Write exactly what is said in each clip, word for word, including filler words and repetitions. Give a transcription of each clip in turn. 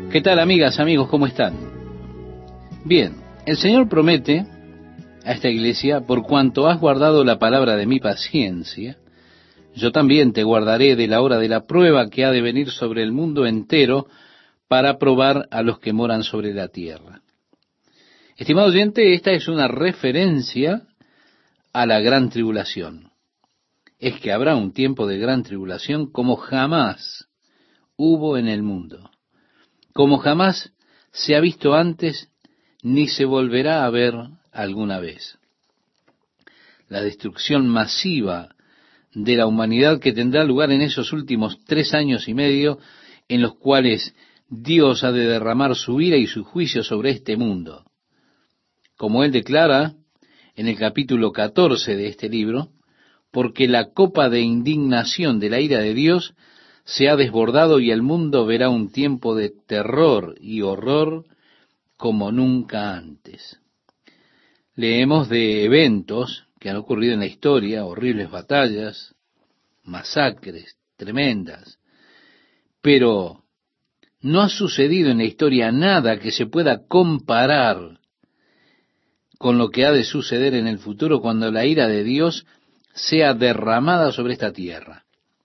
¿Qué tal, amigas, amigos? ¿Cómo están? Bien, el Señor promete a esta iglesia: por cuanto has guardado la palabra de mi paciencia, yo también te guardaré de la hora de la prueba que ha de venir sobre el mundo entero para probar a los que moran sobre la tierra. Estimado oyente, esta es una referencia a la gran tribulación. Es que habrá un tiempo de gran tribulación como jamás hubo en el mundo, como jamás se ha visto antes, ni se volverá a ver alguna vez. La destrucción masiva de la humanidad que tendrá lugar en esos últimos tres años y medio, en los cuales Dios ha de derramar su ira y su juicio sobre este mundo. Como Él declara en el capítulo catorce de este libro: porque la copa de indignación de la ira de Dios se ha desbordado y el mundo verá un tiempo de terror y horror como nunca antes. Leemos de eventos que han ocurrido en la historia, horribles batallas, masacres tremendas, pero no ha sucedido en la historia nada que se pueda comparar con lo que ha de suceder en el futuro cuando la ira de Dios sea derramada sobre esta tierra.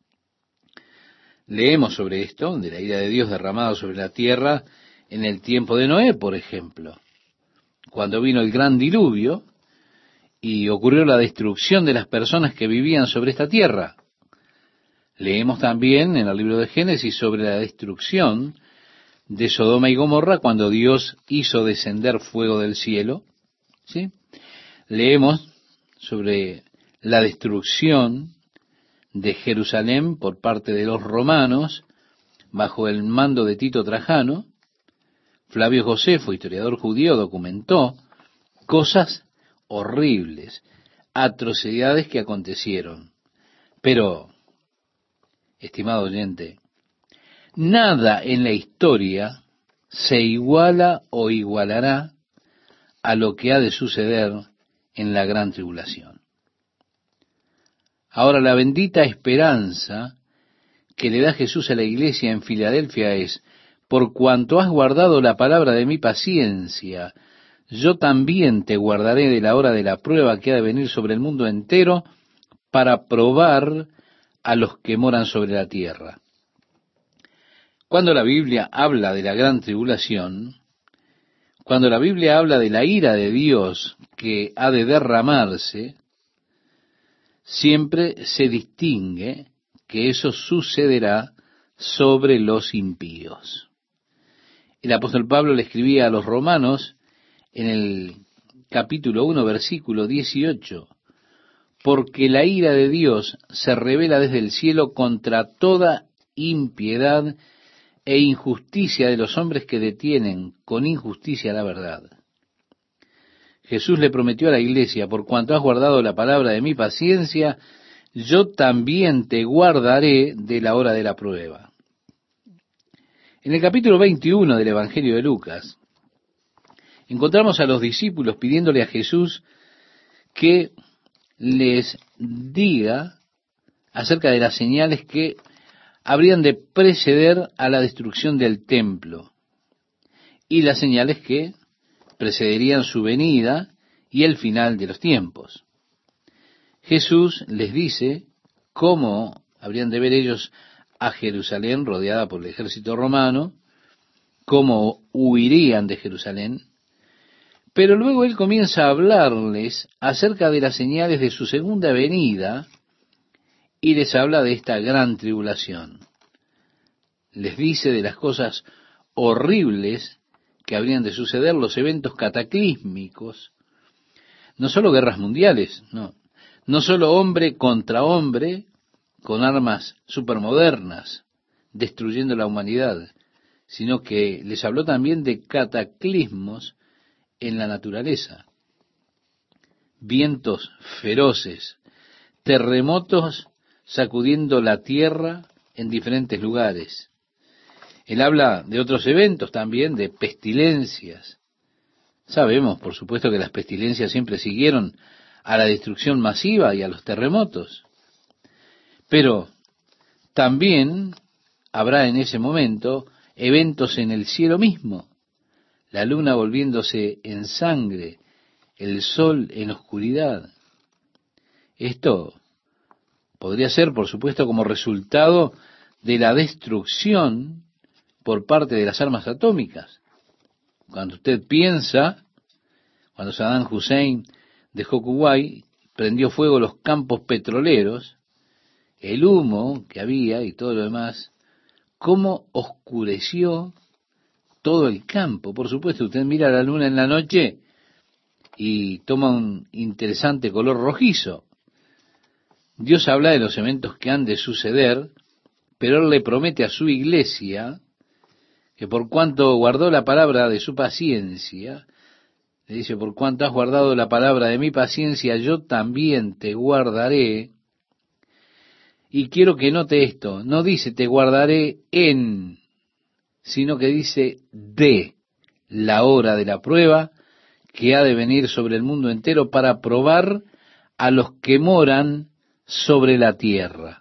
Leemos sobre esto, de la ira de Dios derramada sobre la tierra, en el tiempo de Noé, por ejemplo, cuando vino el gran diluvio y ocurrió la destrucción de las personas que vivían sobre esta tierra. Leemos también en el libro de Génesis sobre la destrucción de Sodoma y Gomorra cuando Dios hizo descender fuego del cielo, ¿sí? Leemos sobre la destrucción de Jerusalén por parte de los romanos bajo el mando de Tito Trajano. Flavio Josefo, historiador judío, documentó cosas horribles, atrocidades que acontecieron. Pero, estimado oyente, nada en la historia se iguala o igualará a lo que ha de suceder en la gran tribulación. Ahora, la bendita esperanza que le da Jesús a la iglesia en Filadelfia es: por cuanto has guardado la palabra de mi paciencia, yo también te guardaré de la hora de la prueba que ha de venir sobre el mundo entero para probar a los que moran sobre la tierra. Cuando la Biblia habla de la gran tribulación, cuando la Biblia habla de la ira de Dios que ha de derramarse, siempre se distingue que eso sucederá sobre los impíos. El apóstol Pablo le escribía a los romanos en el capítulo uno, versículo dieciocho: porque la ira de Dios se revela desde el cielo contra toda impiedad e injusticia de los hombres que detienen con injusticia la verdad. Jesús le prometió a la iglesia: por cuanto has guardado la palabra de mi paciencia, yo también te guardaré de la hora de la prueba. En el capítulo veintiuno del Evangelio de Lucas, encontramos a los discípulos pidiéndole a Jesús que les diga acerca de las señales que habrían de preceder a la destrucción del templo y las señales que precederían su venida y el final de los tiempos. Jesús les dice cómo habrían de ver ellos a Jerusalén rodeada por el ejército romano, cómo huirían de Jerusalén, pero luego Él comienza a hablarles acerca de las señales de su segunda venida y les habla de esta gran tribulación. Les dice de las cosas horribles que habrían de suceder, los eventos cataclísmicos, no solo guerras mundiales, no, no solo hombre contra hombre con armas supermodernas destruyendo la humanidad, sino que les habló también de cataclismos en la naturaleza, vientos feroces, terremotos sacudiendo la tierra en diferentes lugares. Él habla de otros eventos también, de pestilencias. Sabemos, por supuesto, que las pestilencias siempre siguieron a la destrucción masiva y a los terremotos. Pero también habrá en ese momento eventos en el cielo mismo, la luna volviéndose en sangre, el sol en oscuridad. Esto podría ser, por supuesto, como resultado de la destrucción por parte de las armas atómicas. Cuando usted piensa, cuando Saddam Hussein dejó Kuwait, prendió fuego los campos petroleros, el humo que había y todo lo demás, cómo oscureció todo el campo. Por supuesto, usted mira la luna en la noche y toma un interesante color rojizo. Dios habla de los eventos que han de suceder, pero Él le promete a su iglesia que por cuanto guardó la palabra de su paciencia, le dice, por cuanto has guardado la palabra de mi paciencia, yo también te guardaré. Y quiero que note esto, no dice te guardaré en, sino que dice de la hora de la prueba que ha de venir sobre el mundo entero para probar a los que moran sobre la tierra.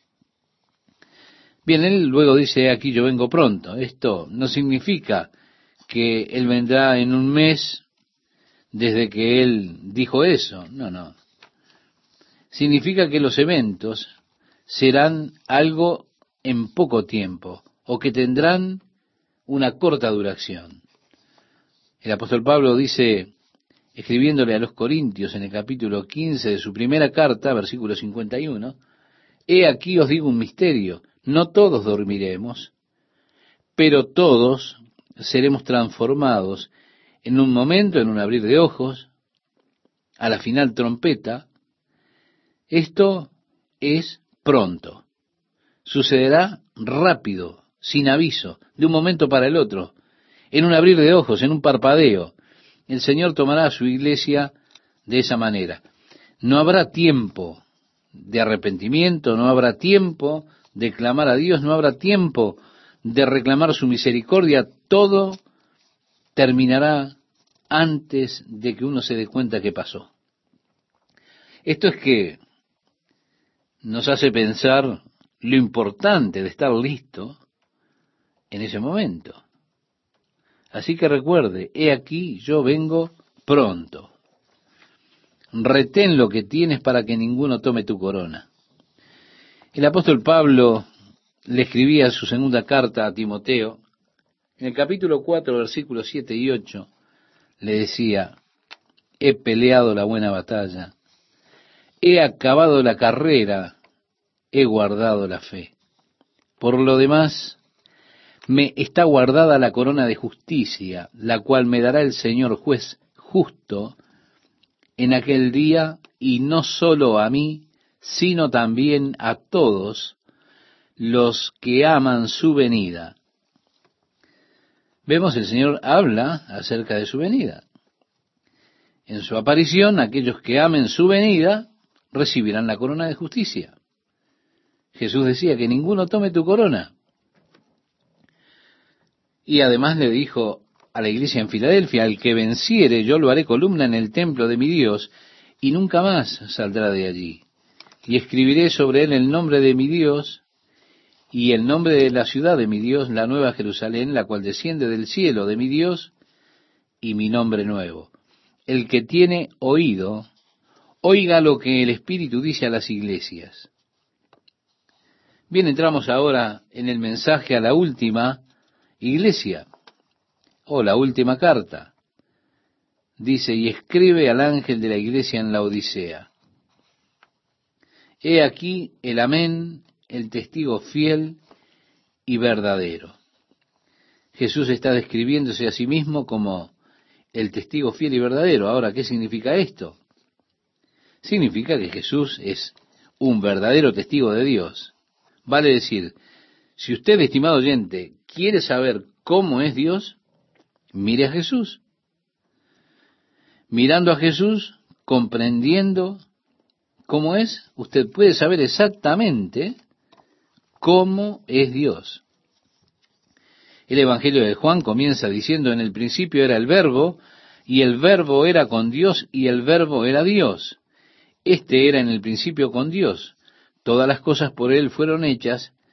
Bien, él luego dice, aquí yo vengo pronto. Esto no significa que él vendrá en un mes desde que él dijo eso. No, no. Significa que los eventos serán algo en poco tiempo o que tendrán una corta duración. El apóstol Pablo dice, escribiéndole a los Corintios en el capítulo quince de su primera carta, versículo cincuenta y uno, he aquí os digo un misterio, no todos dormiremos, pero todos seremos transformados en un momento, en un abrir de ojos, a la final trompeta. Esto es pronto. Sucederá rápido, sin aviso, de un momento para el otro, en un abrir de ojos, en un parpadeo. El Señor tomará a su iglesia de esa manera. No habrá tiempo de arrepentimiento, no habrá tiempo de clamar a Dios, no habrá tiempo de reclamar su misericordia. Todo terminará antes de que uno se dé cuenta que pasó. Esto es que nos hace pensar lo importante de estar listo en ese momento. Así que recuerde, he aquí, yo vengo pronto. Retén lo que tienes para que ninguno tome tu corona. El apóstol Pablo le escribía su segunda carta a Timoteo, en el capítulo cuatro, versículos siete y ocho, le decía, he peleado la buena batalla, he acabado la carrera, he guardado la fe. Por lo demás, me está guardada la corona de justicia, la cual me dará el Señor juez justo en aquel día, y no solo a mí, sino también a todos los que aman su venida. Vemos, el Señor habla acerca de su venida. En su aparición, aquellos que amen su venida recibirán la corona de justicia. Jesús decía que ninguno tome tu corona. Y además le dijo a la iglesia en Filadelfia, al que venciere, yo lo haré columna en el templo de mi Dios, y nunca más saldrá de allí. Y escribiré sobre él el nombre de mi Dios, y el nombre de la ciudad de mi Dios, la nueva Jerusalén, la cual desciende del cielo de mi Dios, y mi nombre nuevo. El que tiene oído, oiga lo que el Espíritu dice a las iglesias. Bien, entramos ahora en el mensaje a la última iglesia, o la última carta. Dice, y escribe al ángel de la iglesia en la Odisea. He aquí el amén, el testigo fiel y verdadero. Jesús está describiéndose a sí mismo como el testigo fiel y verdadero. Ahora, ¿qué significa esto? Significa que Jesús es un verdadero testigo de Dios. Vale decir, si usted, estimado oyente, quiere saber cómo es Dios, mire a Jesús. Mirando a Jesús, comprendiendo cómo es, usted puede saber exactamente cómo es Dios. El Evangelio de Juan comienza diciendo, en el principio era el Verbo, y el Verbo era con Dios, y el Verbo era Dios. Este era en el principio con Dios. Todas las cosas por él fueron hechas,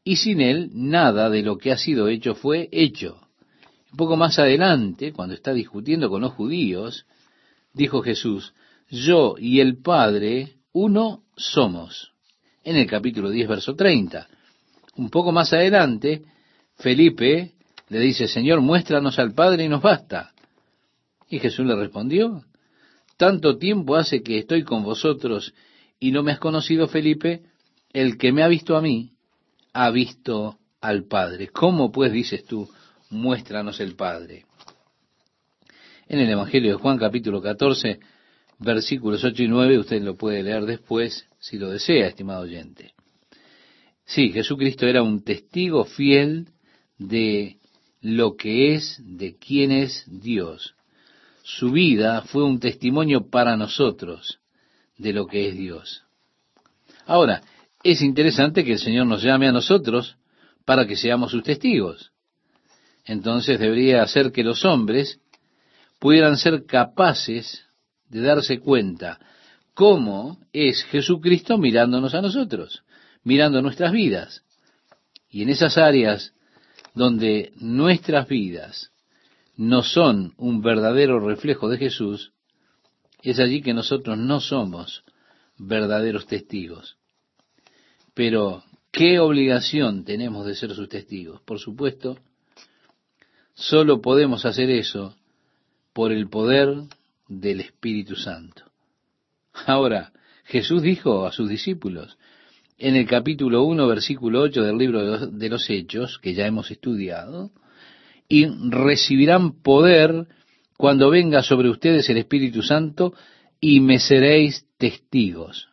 y sin él nada de lo que ha sido hecho fue hecho. Un poco más adelante, cuando está discutiendo con los judíos, dijo Jesús, yo y el Padre uno somos. En el capítulo diez, verso treinta. Un poco más adelante, Felipe le dice, Señor, muéstranos al Padre y nos basta. Y Jesús le respondió, tanto tiempo hace que estoy con vosotros y no me has conocido, Felipe, el que me ha visto a mí, ha visto al Padre. ¿Cómo pues dices tú, muéstranos el Padre? En el Evangelio de Juan, capítulo catorce, versículos ocho y nueve, usted lo puede leer después, si lo desea, estimado oyente. Sí, Jesucristo era un testigo fiel de lo que es, de quién es Dios. Su vida fue un testimonio para nosotros de lo que es Dios. Ahora, es interesante que el Señor nos llame a nosotros para que seamos sus testigos. Entonces debería hacer que los hombres pudieran ser capaces de darse cuenta cómo es Jesucristo mirándonos a nosotros, mirando nuestras vidas. Y en esas áreas donde nuestras vidas no son un verdadero reflejo de Jesús, es allí que nosotros no somos verdaderos testigos. Pero, ¿qué obligación tenemos de ser sus testigos? Por supuesto, solo podemos hacer eso por el poder del Espíritu Santo. Ahora, Jesús dijo a sus discípulos, en el capítulo uno, versículo ocho del libro de los Hechos, que ya hemos estudiado, y recibirán poder cuando venga sobre ustedes el Espíritu Santo y me seréis testigos.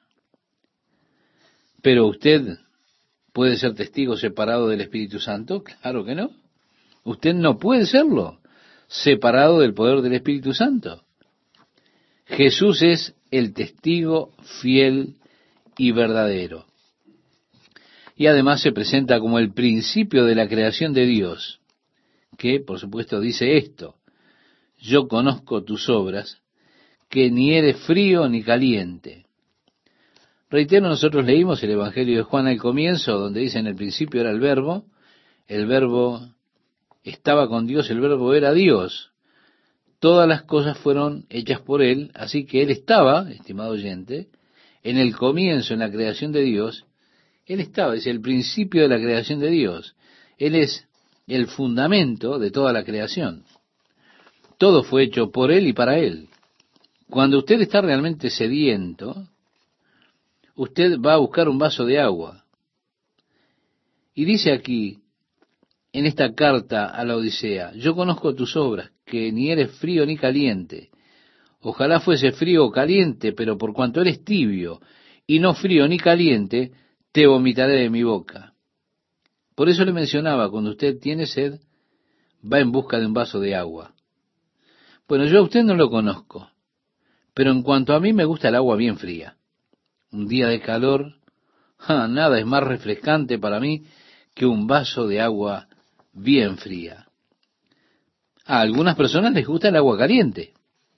Pero usted puede ser testigo separado del Espíritu Santo, claro que no. Usted no puede serlo separado del poder del Espíritu Santo. Jesús es el testigo fiel y verdadero. Y además se presenta como el principio de la creación de Dios, que por supuesto dice esto, yo conozco tus obras, que ni eres frío ni caliente. Reitero, nosotros leímos el Evangelio de Juan al comienzo, donde dice en el principio era el Verbo, el Verbo estaba con Dios, el Verbo era Dios. Todas las cosas fueron hechas por Él, así que Él estaba, estimado oyente, en el comienzo, en la creación de Dios, Él estaba, es el principio de la creación de Dios. Él es el fundamento de toda la creación. Todo fue hecho por Él y para Él. Cuando usted está realmente sediento, usted va a buscar un vaso de agua. Y dice aquí, en esta carta a la Odisea, yo conozco tus obras, que ni eres frío ni caliente. Ojalá fuese frío o caliente, pero por cuanto eres tibio y no frío ni caliente, te vomitaré de mi boca. Por eso le mencionaba, cuando usted tiene sed, va en busca de un vaso de agua. Bueno, yo a usted no lo conozco, pero en cuanto a mí me gusta el agua bien fría. Un día de calor, ja, nada es más refrescante para mí que un vaso de agua bien fría. A algunas personas les gusta el agua caliente,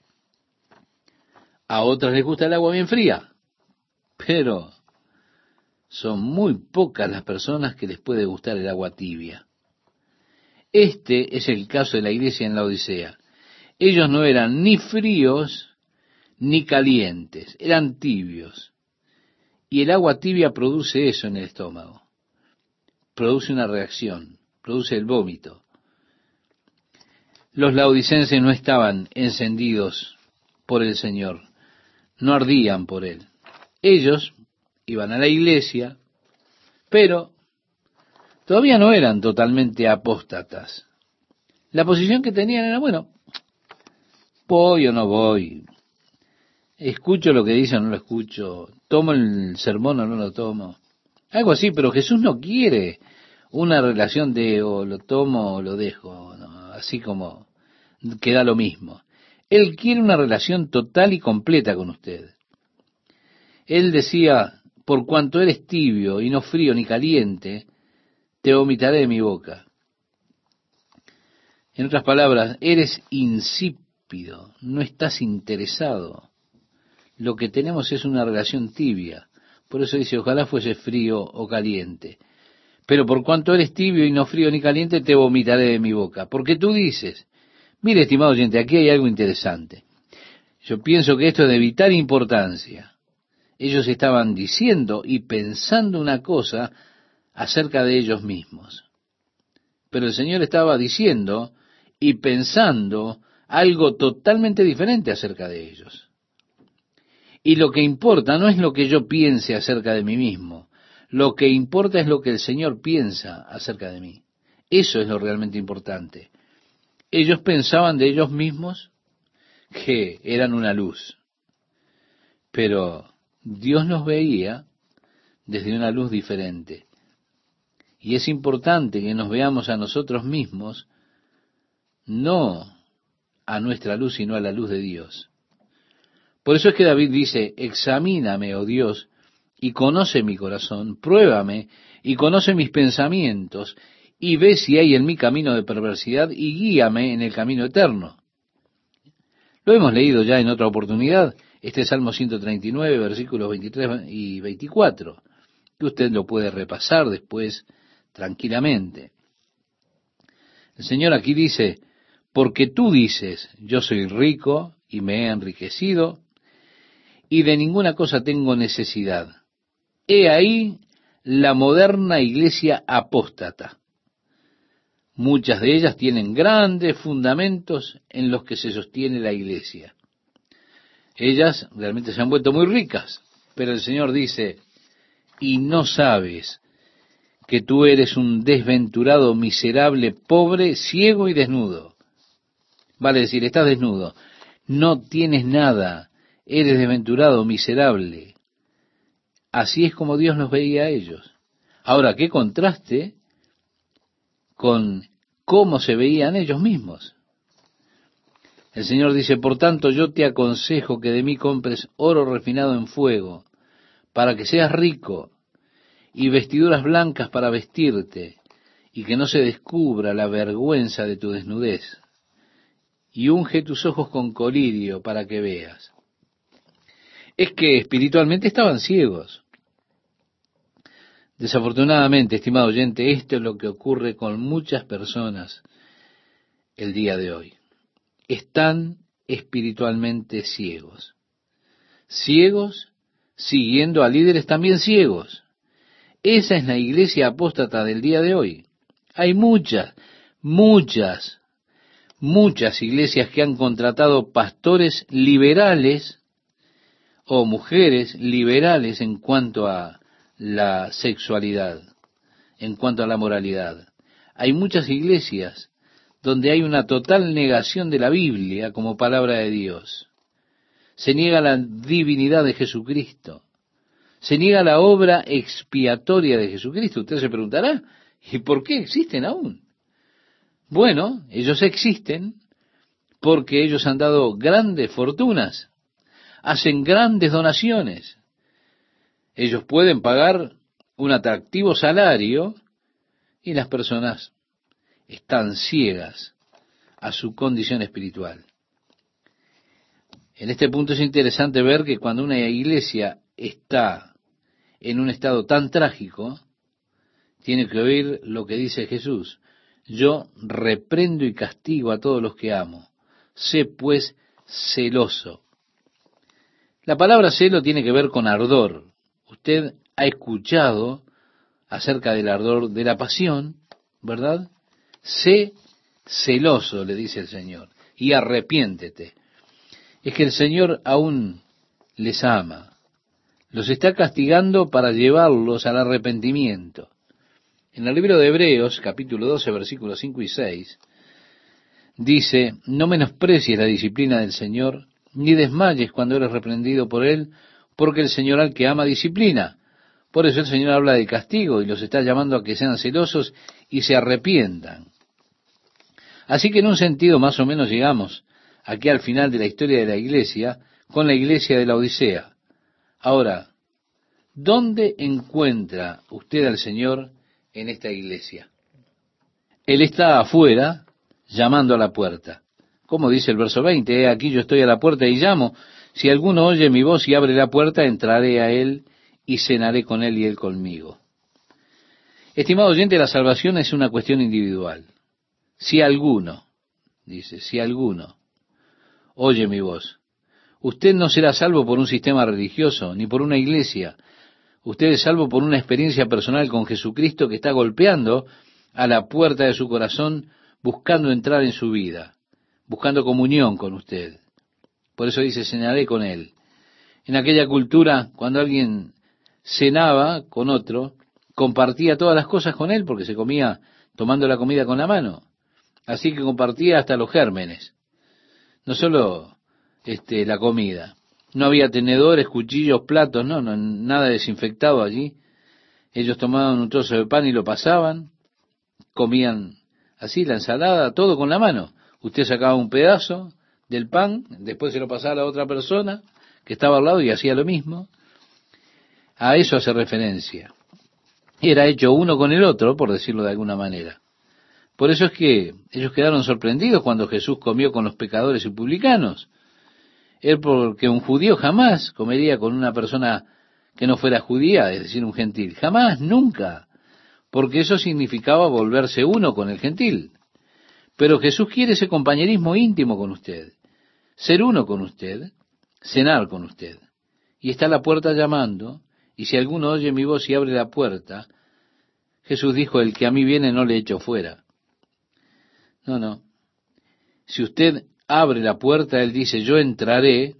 a otras les gusta el agua bien fría, pero son muy pocas las personas que les puede gustar el agua tibia. Este es el caso de la iglesia en la Odisea. Ellos no eran ni fríos ni calientes, eran tibios. Y el agua tibia produce eso en el estómago. Produce una reacción, produce el vómito. Los laodicenses no estaban encendidos por el Señor, no ardían por Él. Ellos iban a la iglesia, pero todavía no eran totalmente apóstatas. La posición que tenían era, bueno, voy o no voy, escucho lo que dice o no lo escucho, tomo el sermón o no lo tomo, algo así, pero Jesús no quiere una relación de o lo tomo o lo dejo, no, así como queda lo mismo. Él quiere una relación total y completa con usted. Él decía, por cuanto eres tibio y no frío ni caliente, te vomitaré de mi boca. En otras palabras, eres insípido, no estás interesado. Lo que tenemos es una relación tibia. Por eso dice, ojalá fuese frío o caliente. Pero por cuanto eres tibio y no frío ni caliente, te vomitaré de mi boca. Porque tú dices, mire, estimado oyente, aquí hay algo interesante. Yo pienso que esto es de vital importancia. Ellos estaban diciendo y pensando una cosa acerca de ellos mismos. Pero el Señor estaba diciendo y pensando algo totalmente diferente acerca de ellos. Y lo que importa no es lo que yo piense acerca de mí mismo. Lo que importa es lo que el Señor piensa acerca de mí. Eso es lo realmente importante. Ellos pensaban de ellos mismos que eran una luz. Pero Dios nos veía desde una luz diferente. Y es importante que nos veamos a nosotros mismos, no a nuestra luz, sino a la luz de Dios. Por eso es que David dice, examíname, oh Dios, y conoce mi corazón, pruébame y conoce mis pensamientos, y ve si hay en mí camino de perversidad, y guíame en el camino eterno. Lo hemos leído ya en otra oportunidad, este Salmo ciento treinta y nueve, versículos veintitrés y veinticuatro, que usted lo puede repasar después tranquilamente. El Señor aquí dice, porque tú dices, yo soy rico y me he enriquecido, y de ninguna cosa tengo necesidad. He ahí la moderna iglesia apóstata. Muchas de ellas tienen grandes fundamentos en los que se sostiene la iglesia. Ellas realmente se han vuelto muy ricas, pero el Señor dice, y no sabes que tú eres un desventurado, miserable, pobre, ciego y desnudo. Vale decir, estás desnudo, no tienes nada, eres desventurado, miserable. Así es como Dios los veía a ellos. Ahora, qué contraste con cómo se veían ellos mismos. El Señor dice, por tanto yo te aconsejo que de mí compres oro refinado en fuego, para que seas rico, y vestiduras blancas para vestirte, y que no se descubra la vergüenza de tu desnudez, y unge tus ojos con colirio para que veas. Es que espiritualmente estaban ciegos. Desafortunadamente, estimado oyente, esto es lo que ocurre con muchas personas el día de hoy. Están espiritualmente ciegos. Ciegos siguiendo a líderes también ciegos. Esa es la iglesia apóstata del día de hoy. Hay muchas, muchas, muchas iglesias que han contratado pastores liberales o mujeres liberales en cuanto a la sexualidad, en cuanto a la moralidad. Hay muchas iglesias donde hay una total negación de la Biblia como palabra de Dios. Se niega la divinidad de Jesucristo. Se niega la obra expiatoria de Jesucristo. Usted se preguntará, ¿y por qué existen aún? Bueno, ellos existen porque ellos han dado grandes fortunas, hacen grandes donaciones. Ellos pueden pagar un atractivo salario y las personas están ciegas a su condición espiritual. En este punto es interesante ver que cuando una iglesia está en un estado tan trágico, tiene que oír lo que dice Jesús. Yo reprendo y castigo a todos los que amo. Sé pues celoso. La palabra celo tiene que ver con ardor. Usted ha escuchado acerca del ardor de la pasión, ¿verdad? Sé celoso, le dice el Señor, y arrepiéntete. Es que el Señor aún les ama. Los está castigando para llevarlos al arrepentimiento. En el libro de Hebreos, capítulo doce, versículos cinco y seis, dice, no menosprecies la disciplina del Señor, ni desmayes cuando eres reprendido por Él, porque el Señor al que ama disciplina. Por eso el Señor habla de castigo y los está llamando a que sean celosos y se arrepientan. Así que en un sentido más o menos llegamos aquí al final de la historia de la iglesia con la iglesia de la Odisea. Ahora, ¿dónde encuentra usted al Señor en esta iglesia? Él está afuera llamando a la puerta. Como dice el verso veinte, he aquí yo estoy a la puerta y llamo. Si alguno oye mi voz y abre la puerta, entraré a él y cenaré con él y él conmigo. Estimado oyente, la salvación es una cuestión individual. Si alguno, dice, si alguno oye mi voz, usted no será salvo por un sistema religioso, ni por una iglesia. Usted es salvo por una experiencia personal con Jesucristo que está golpeando a la puerta de su corazón, buscando entrar en su vida, buscando comunión con usted. Por eso dice, cenaré con él. En aquella cultura, cuando alguien cenaba con otro, compartía todas las cosas con él, porque se comía tomando la comida con la mano. Así que compartía hasta los gérmenes, no solo este, la comida. No había tenedores, cuchillos, platos, no, no, nada desinfectado allí. Ellos tomaban un trozo de pan y lo pasaban, comían así la ensalada, todo con la mano. Usted sacaba un pedazo del pan, después se lo pasaba a la otra persona que estaba al lado y hacía lo mismo. A eso hace referencia. Era hecho uno con el otro, por decirlo de alguna manera. Por eso es que ellos quedaron sorprendidos cuando Jesús comió con los pecadores y publicanos. Él, porque un judío jamás comería con una persona que no fuera judía, es decir, un gentil. Jamás, nunca. Porque eso significaba volverse uno con el gentil. Pero Jesús quiere ese compañerismo íntimo con usted. Ser uno con usted, cenar con usted. Y está la puerta llamando, y si alguno oye mi voz y abre la puerta, Jesús dijo, el que a mí viene no le echo fuera. No, no. Si usted abre la puerta, Él dice, yo entraré.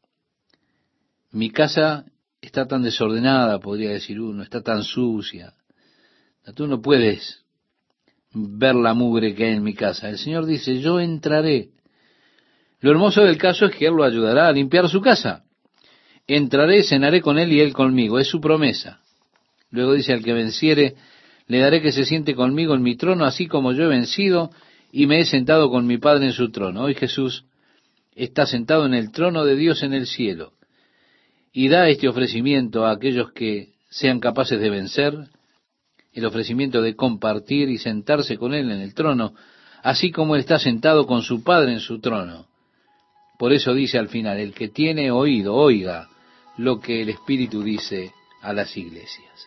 Mi casa está tan desordenada, podría decir uno, está tan sucia. Tú no puedes ver la mugre que hay en mi casa. El Señor dice, yo entraré. Lo hermoso del caso es que Él lo ayudará a limpiar su casa. Entraré, cenaré con Él y Él conmigo. Es su promesa. Luego dice, al que venciere, le daré que se siente conmigo en mi trono, así como yo he vencido y me he sentado con mi Padre en su trono. Hoy Jesús está sentado en el trono de Dios en el cielo y da este ofrecimiento a aquellos que sean capaces de vencer, el ofrecimiento de compartir y sentarse con Él en el trono, así como Él está sentado con su Padre en su trono. Por eso dice al final, el que tiene oído, oiga lo que el Espíritu dice a las iglesias.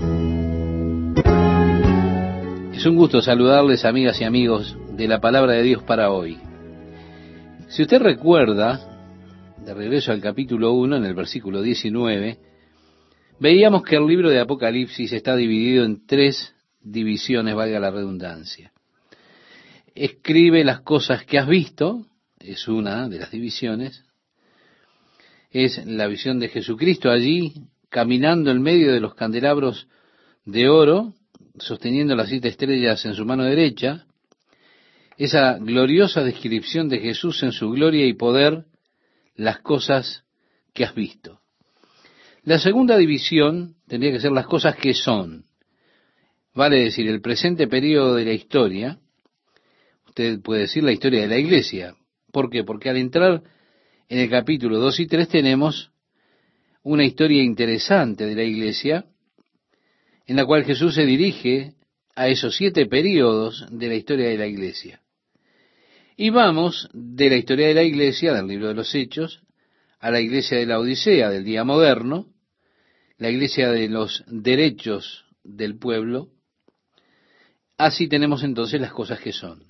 Es un gusto saludarles, amigas y amigos, de la palabra de Dios para hoy. Si usted recuerda, de regreso al capítulo uno, en el versículo diecinueve, veíamos que el libro de Apocalipsis está dividido en tres divisiones, valga la redundancia. Escribe las cosas que has visto, es una de las divisiones. Es la visión de Jesucristo allí, caminando en medio de los candelabros de oro, sosteniendo las siete estrellas en su mano derecha. Esa gloriosa descripción de Jesús en su gloria y poder, las cosas que has visto. La segunda división tendría que ser las cosas que son. Vale decir, el presente periodo de la historia. Usted puede decir la historia de la iglesia. ¿Por qué? Porque al entrar en el capítulo dos y tres tenemos una historia interesante de la iglesia, en la cual Jesús se dirige a esos siete períodos de la historia de la iglesia. Y vamos de la historia de la iglesia, del libro de los Hechos, a la iglesia de la Odisea, del día moderno, la iglesia de los derechos del pueblo. Así tenemos entonces las cosas que son.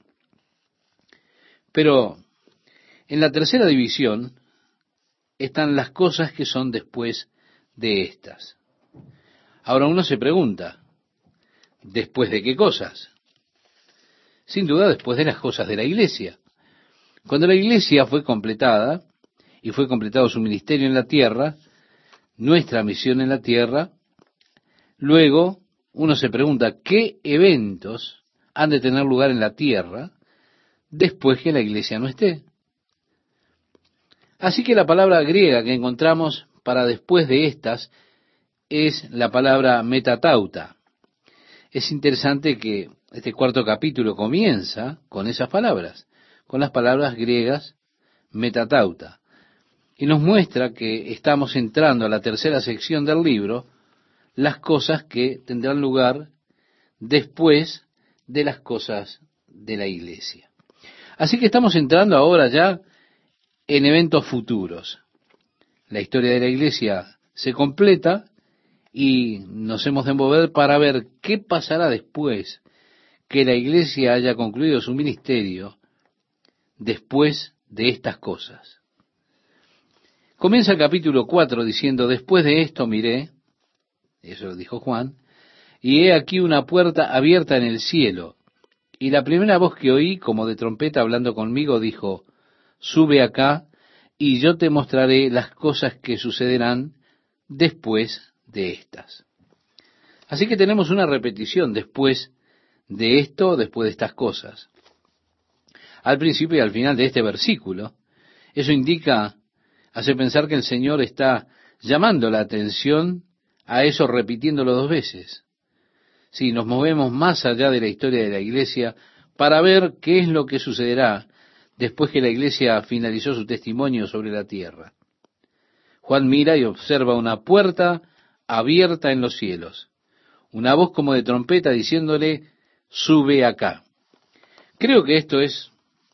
Pero en la tercera división están las cosas que son después de estas. Ahora uno se pregunta, ¿después de qué cosas? Sin duda después de las cosas de la iglesia. Cuando la iglesia fue completada, y fue completado su ministerio en la tierra, nuestra misión en la tierra, luego uno se pregunta, ¿qué eventos han de tener lugar en la tierra después que la iglesia no esté? Así que la palabra griega que encontramos para después de estas es la palabra metatauta. Es interesante que este cuarto capítulo comienza con esas palabras, con las palabras griegas metatauta, y nos muestra que estamos entrando a la tercera sección del libro, las cosas que tendrán lugar después de las cosas de la iglesia. Así que estamos entrando ahora ya en eventos futuros. La historia de la iglesia se completa y nos hemos de mover para ver qué pasará después que la iglesia haya concluido su ministerio después de estas cosas. Comienza el capítulo cuatro diciendo, después de esto miré, eso lo dijo Juan, y he aquí una puerta abierta en el cielo, y la primera voz que oí, como de trompeta hablando conmigo, dijo, sube acá, y yo te mostraré las cosas que sucederán después de estas. Así que tenemos una repetición después de esto, después de estas cosas. Al principio y al final de este versículo, eso indica, hace pensar que el Señor está llamando la atención a eso repitiéndolo dos veces. Si nos movemos más allá de la historia de la iglesia para ver qué es lo que sucederá después que la iglesia finalizó su testimonio sobre la tierra. Juan mira y observa una puerta abierta en los cielos, una voz como de trompeta diciéndole, sube acá. Creo que esto es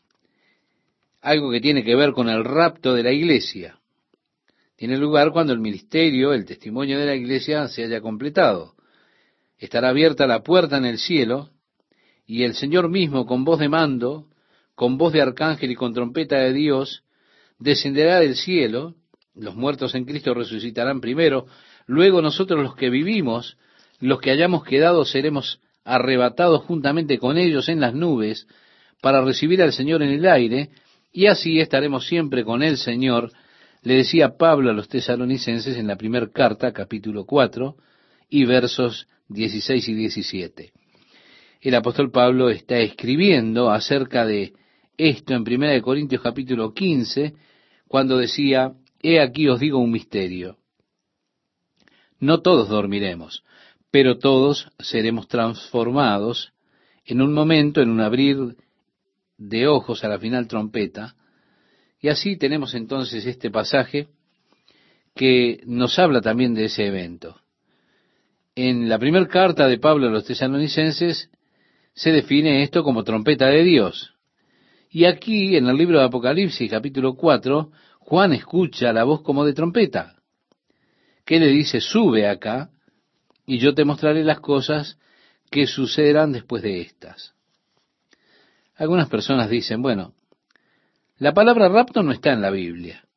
algo que tiene que ver con el rapto de la iglesia. Tiene lugar cuando el ministerio, el testimonio de la iglesia se haya completado. Estará abierta la puerta en el cielo, y el Señor mismo, con voz de mando, con voz de arcángel y con trompeta de Dios, descenderá del cielo. Los muertos en Cristo resucitarán primero, luego nosotros los que vivimos, los que hayamos quedado, seremos arrebatados juntamente con ellos en las nubes, para recibir al Señor en el aire, y así estaremos siempre con el Señor, le decía Pablo a los tesalonicenses en la primera carta, capítulo cuatro, y versos dieciséis y diecisiete. El apóstol Pablo está escribiendo acerca de esto en primera de Corintios capítulo quince, cuando decía, he aquí os digo un misterio. No todos dormiremos, pero todos seremos transformados en un momento, en un abrir de ojos a la final trompeta. Y así tenemos entonces este pasaje que nos habla también de ese evento. En la primera carta de Pablo a los tesalonicenses se define esto como trompeta de Dios. Y aquí, en el libro de Apocalipsis, capítulo cuatro, Juan escucha la voz como de trompeta, que le dice, sube acá, y yo te mostraré las cosas que sucederán después de estas. Algunas personas dicen, bueno, la palabra rapto no está en la Biblia.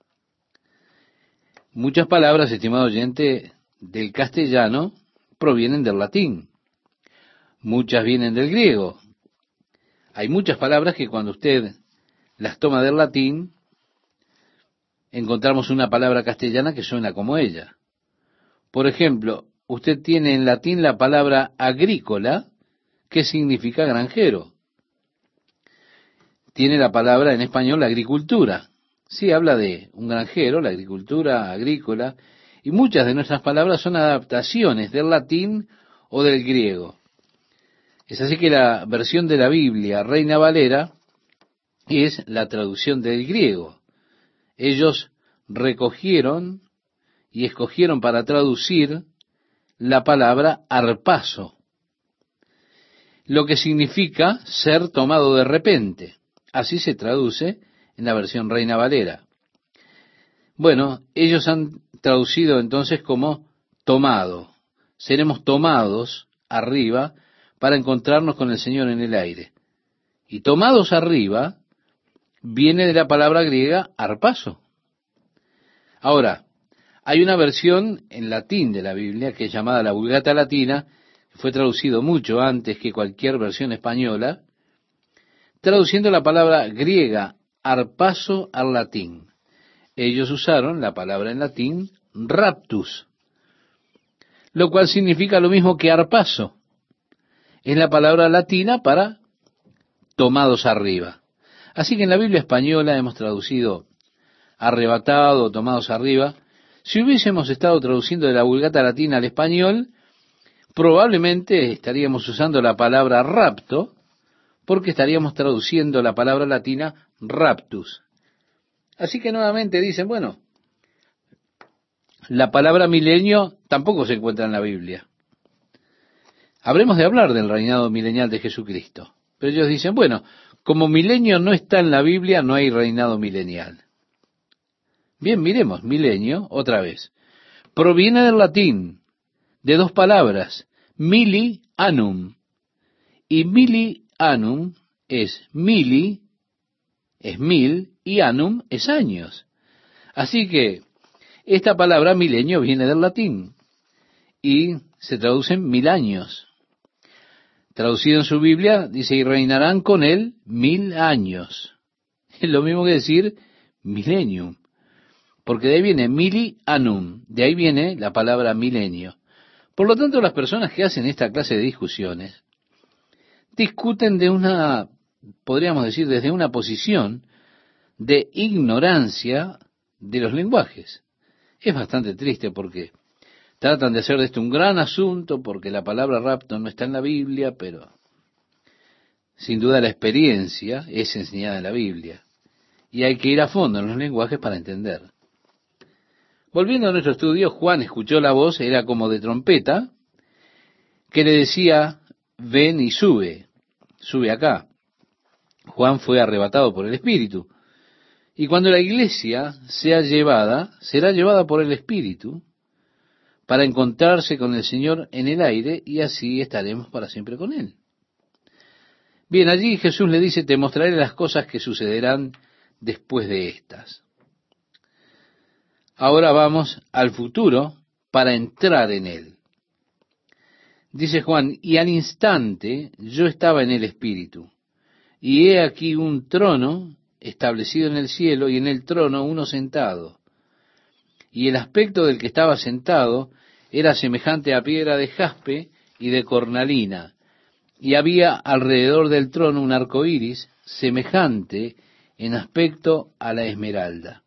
Muchas palabras, estimado oyente, del castellano provienen del latín. Muchas vienen del griego. Hay muchas palabras que cuando usted las toma del latín, encontramos una palabra castellana que suena como ella. Por ejemplo, usted tiene en latín la palabra agrícola, que significa granjero. Tiene la palabra en español la agricultura. Sí, habla de un granjero, la agricultura agrícola, y muchas de nuestras palabras son adaptaciones del latín o del griego. Es así que la versión de la Biblia, Reina Valera, es la traducción del griego. Ellos recogieron y escogieron para traducir la palabra arpazo, lo que significa ser tomado de repente. Así se traduce en la versión Reina Valera. Bueno, ellos han traducido entonces como tomado. Seremos tomados arriba para encontrarnos con el Señor en el aire. Y tomados arriba viene de la palabra griega arpazo. Ahora, hay una versión en latín de la Biblia que es llamada la Vulgata Latina, que fue traducido mucho antes que cualquier versión española, traduciendo la palabra griega arpazo al latín. Ellos usaron la palabra en latín raptus, lo cual significa lo mismo que arpazo. Es la palabra latina para tomados arriba. Así que en la Biblia española hemos traducido arrebatado o tomados arriba. Si hubiésemos estado traduciendo de la Vulgata Latina al español, probablemente estaríamos usando la palabra rapto, porque estaríamos traduciendo la palabra latina raptus. Así que nuevamente dicen, bueno, la palabra milenio tampoco se encuentra en la Biblia. Habremos de hablar del reinado milenial de Jesucristo. Pero ellos dicen, bueno, como milenio no está en la Biblia, no hay reinado milenial. Bien, miremos, milenio, otra vez. Proviene del latín, de dos palabras, mili anum. Y mili anum es mili, es mil, y anum es años. Así que esta palabra milenio viene del latín y se traduce en mil años. Traducido en su Biblia, dice, y reinarán con él mil años. Es lo mismo que decir millennium, porque de ahí viene mili anum, de ahí viene la palabra milenio. Por lo tanto, las personas que hacen esta clase de discusiones discuten de una, podríamos decir, desde una posición de ignorancia de los lenguajes. Es bastante triste porque tratan de hacer de esto un gran asunto porque la palabra rapto no está en la Biblia, pero sin duda la experiencia es enseñada en la Biblia. Y hay que ir a fondo en los lenguajes para entender. Volviendo a nuestro estudio, Juan escuchó la voz, era como de trompeta, que le decía, ven y sube, sube acá. Juan fue arrebatado por el Espíritu. Y cuando la iglesia sea llevada, será llevada por el Espíritu para encontrarse con el Señor en el aire y así estaremos para siempre con Él. Bien, allí Jesús le dice, te mostraré las cosas que sucederán después de estas. Ahora vamos al futuro para entrar en Él. Dice Juan, y al instante yo estaba en el Espíritu, y he aquí un trono establecido en el cielo, y en el trono uno sentado. Y el aspecto del que estaba sentado era semejante a piedra de jaspe y de cornalina, y había alrededor del trono un arco iris semejante en aspecto a la esmeralda.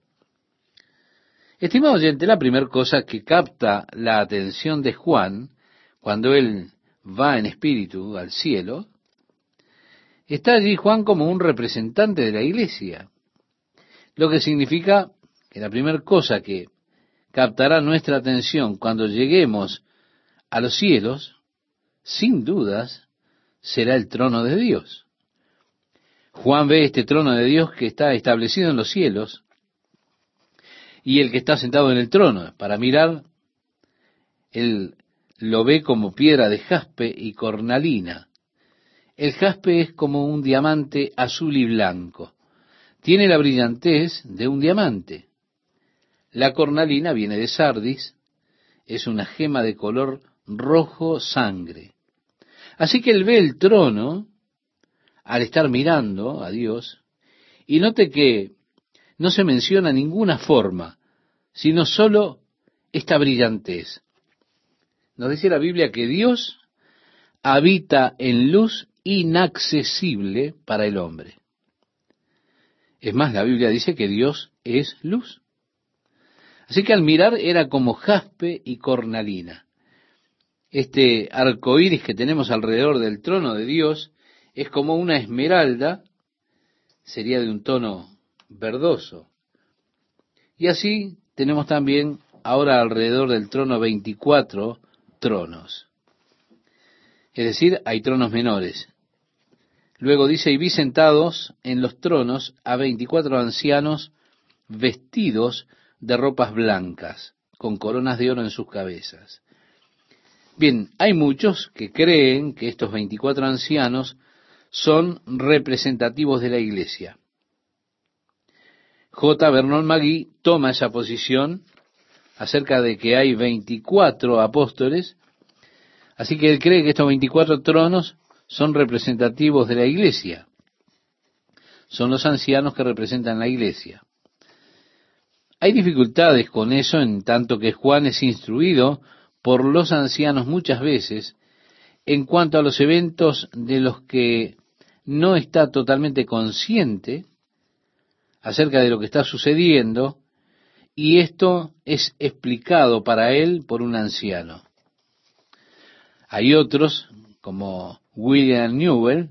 Estimado oyente, la primera cosa que capta la atención de Juan cuando él va en espíritu al cielo, está allí Juan como un representante de la iglesia, lo que significa que la primera cosa que captará nuestra atención cuando lleguemos a los cielos, sin dudas, será el trono de Dios. Juan ve este trono de Dios que está establecido en los cielos y el que está sentado en el trono. Para mirar, él lo ve como piedra de jaspe y cornalina. El jaspe es como un diamante azul y blanco. Tiene la brillantez de un diamante. La cornalina viene de sardis, es una gema de color rojo sangre. Así que él ve el trono al estar mirando a Dios, y note que no se menciona ninguna forma, sino solo esta brillantez. Nos dice la Biblia que Dios habita en luz inaccesible para el hombre. Es más, la Biblia dice que Dios es luz. Así que al mirar era como jaspe y cornalina. Este arco iris que tenemos alrededor del trono de Dios es como una esmeralda, sería de un tono verdoso. Y así tenemos también ahora alrededor del trono veinticuatro tronos. Es decir, hay tronos menores. Luego dice, y vi sentados en los tronos a veinticuatro ancianos vestidos de ropas blancas, con coronas de oro en sus cabezas. Bien, hay muchos que creen que estos veinticuatro ancianos son representativos de la iglesia. J. Vernon McGee toma esa posición acerca de que hay veinticuatro apóstoles, así que él cree que estos veinticuatro tronos son representativos de la iglesia. Son los ancianos que representan la iglesia. Hay dificultades con eso en tanto que Juan es instruido por los ancianos muchas veces en cuanto a los eventos de los que no está totalmente consciente acerca de lo que está sucediendo, y esto es explicado para él por un anciano. Hay otros, como William Newell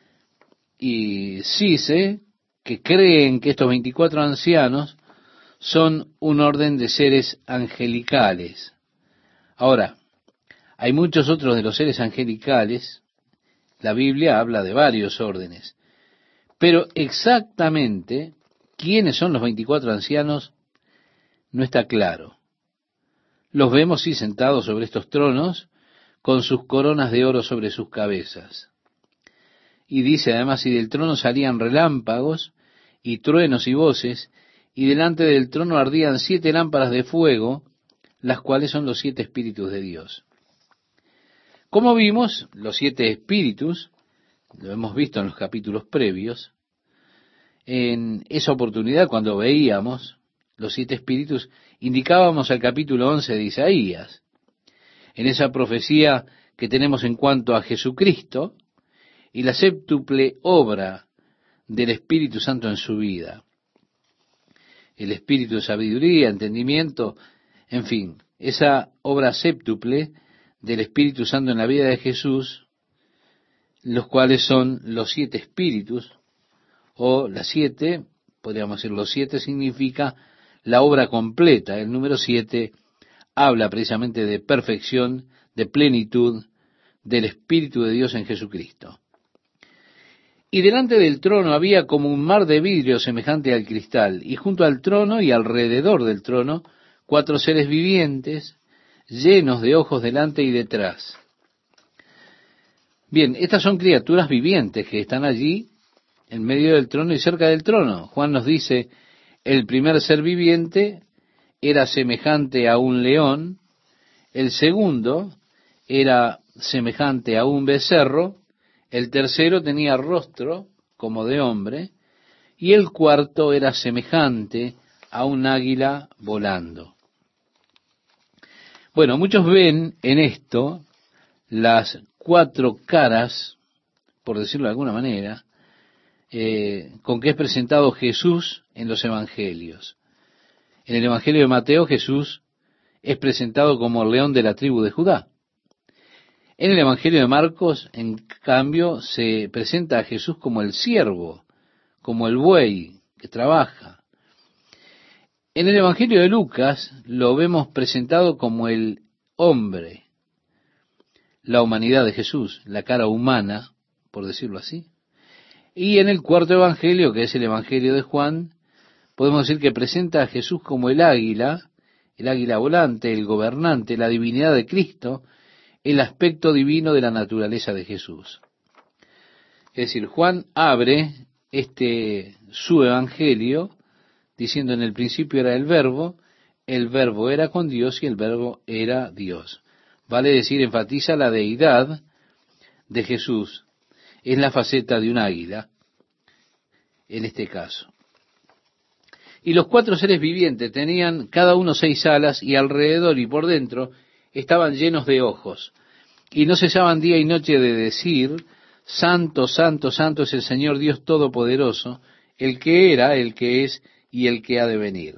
y Cisse, que creen que estos veinticuatro ancianos son un orden de seres angelicales. Ahora, hay muchos otros de los seres angelicales, la Biblia habla de varios órdenes, pero exactamente quiénes son los veinticuatro ancianos no está claro. Los vemos, sí, sentados sobre estos tronos, con sus coronas de oro sobre sus cabezas. Y dice además, y del trono salían relámpagos, y truenos y voces, y delante del trono ardían siete lámparas de fuego, las cuales son los siete espíritus de Dios. Como vimos, los siete espíritus, lo hemos visto en los capítulos previos, en esa oportunidad cuando veíamos los siete espíritus, indicábamos al capítulo once de Isaías, en esa profecía que tenemos en cuanto a Jesucristo y la séptuple obra del Espíritu Santo en su vida. El espíritu de sabiduría, entendimiento, en fin, esa obra séptuple del Espíritu Santo en la vida de Jesús, los cuales son los siete espíritus, o las siete, podríamos decir los siete significa la obra completa. El número siete habla precisamente de perfección, de plenitud del Espíritu de Dios en Jesucristo. Y delante del trono había como un mar de vidrio semejante al cristal, y junto al trono y alrededor del trono, cuatro seres vivientes, llenos de ojos delante y detrás. Bien, estas son criaturas vivientes que están allí, en medio del trono y cerca del trono. Juan nos dice, el primer ser viviente era semejante a un león, el segundo era semejante a un becerro, el tercero tenía rostro como de hombre, y el cuarto era semejante a un águila volando. Bueno, muchos ven en esto las cuatro caras, por decirlo de alguna manera, eh, con que es presentado Jesús en los evangelios. En el Evangelio de Mateo, Jesús es presentado como el león de la tribu de Judá. En el Evangelio de Marcos, en cambio, se presenta a Jesús como el siervo, como el buey que trabaja. En el Evangelio de Lucas lo vemos presentado como el hombre, la humanidad de Jesús, la cara humana, por decirlo así. Y en el cuarto Evangelio, que es el Evangelio de Juan, podemos decir que presenta a Jesús como el águila, el águila volante, el gobernante, la divinidad de Cristo, el aspecto divino de la naturaleza de Jesús. Es decir, Juan abre este su evangelio diciendo en el principio era el verbo, el verbo era con Dios y el verbo era Dios. Vale decir, enfatiza la deidad de Jesús. Es la faceta de un águila, en este caso. Y los cuatro seres vivientes tenían cada uno seis alas y alrededor y por dentro estaban llenos de ojos, y no cesaban día y noche de decir, Santo, Santo, Santo es el Señor Dios Todopoderoso, el que era, el que es y el que ha de venir.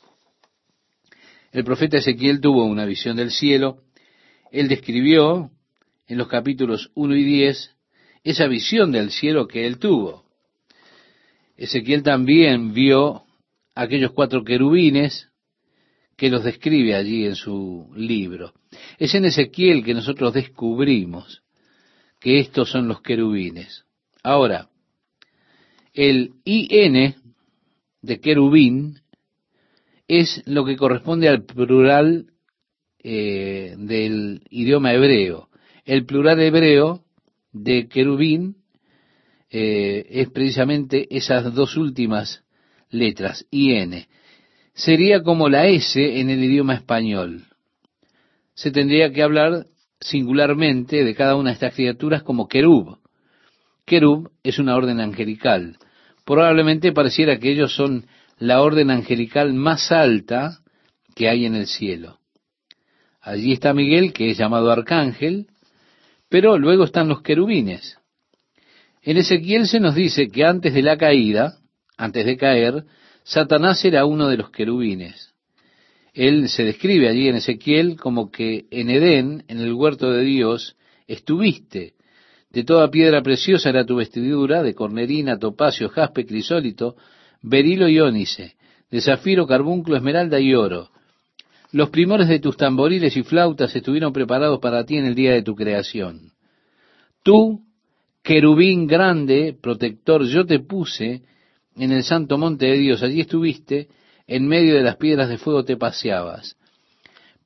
El profeta Ezequiel tuvo una visión del cielo. Él describió en los capítulos uno y diez esa visión del cielo que él tuvo. Ezequiel también vio aquellos cuatro querubines que los describe allí en su libro. Es en Ezequiel que nosotros descubrimos que estos son los querubines. Ahora, el I N de querubín es lo que corresponde al plural eh, del idioma hebreo. El plural hebreo de querubín eh, es precisamente esas dos últimas letras, I N. Sería como la S en el idioma español. Se tendría que hablar singularmente de cada una de estas criaturas como querub. Querub es una orden angelical. Probablemente pareciera que ellos son la orden angelical más alta que hay en el cielo. Allí está Miguel, que es llamado arcángel, pero luego están los querubines. En Ezequiel se nos dice que antes de la caída, antes de caer, Satanás era uno de los querubines. Él se describe allí en Ezequiel como que en Edén, en el huerto de Dios, estuviste. De toda piedra preciosa era tu vestidura, de cornerina, topacio, jaspe, crisólito, berilo y ónice, de zafiro, carbunclo, esmeralda y oro. Los primores de tus tamboriles y flautas estuvieron preparados para ti en el día de tu creación. Tú, querubín grande, protector, yo te puse en el santo monte de Dios. Allí estuviste, en medio de las piedras de fuego te paseabas.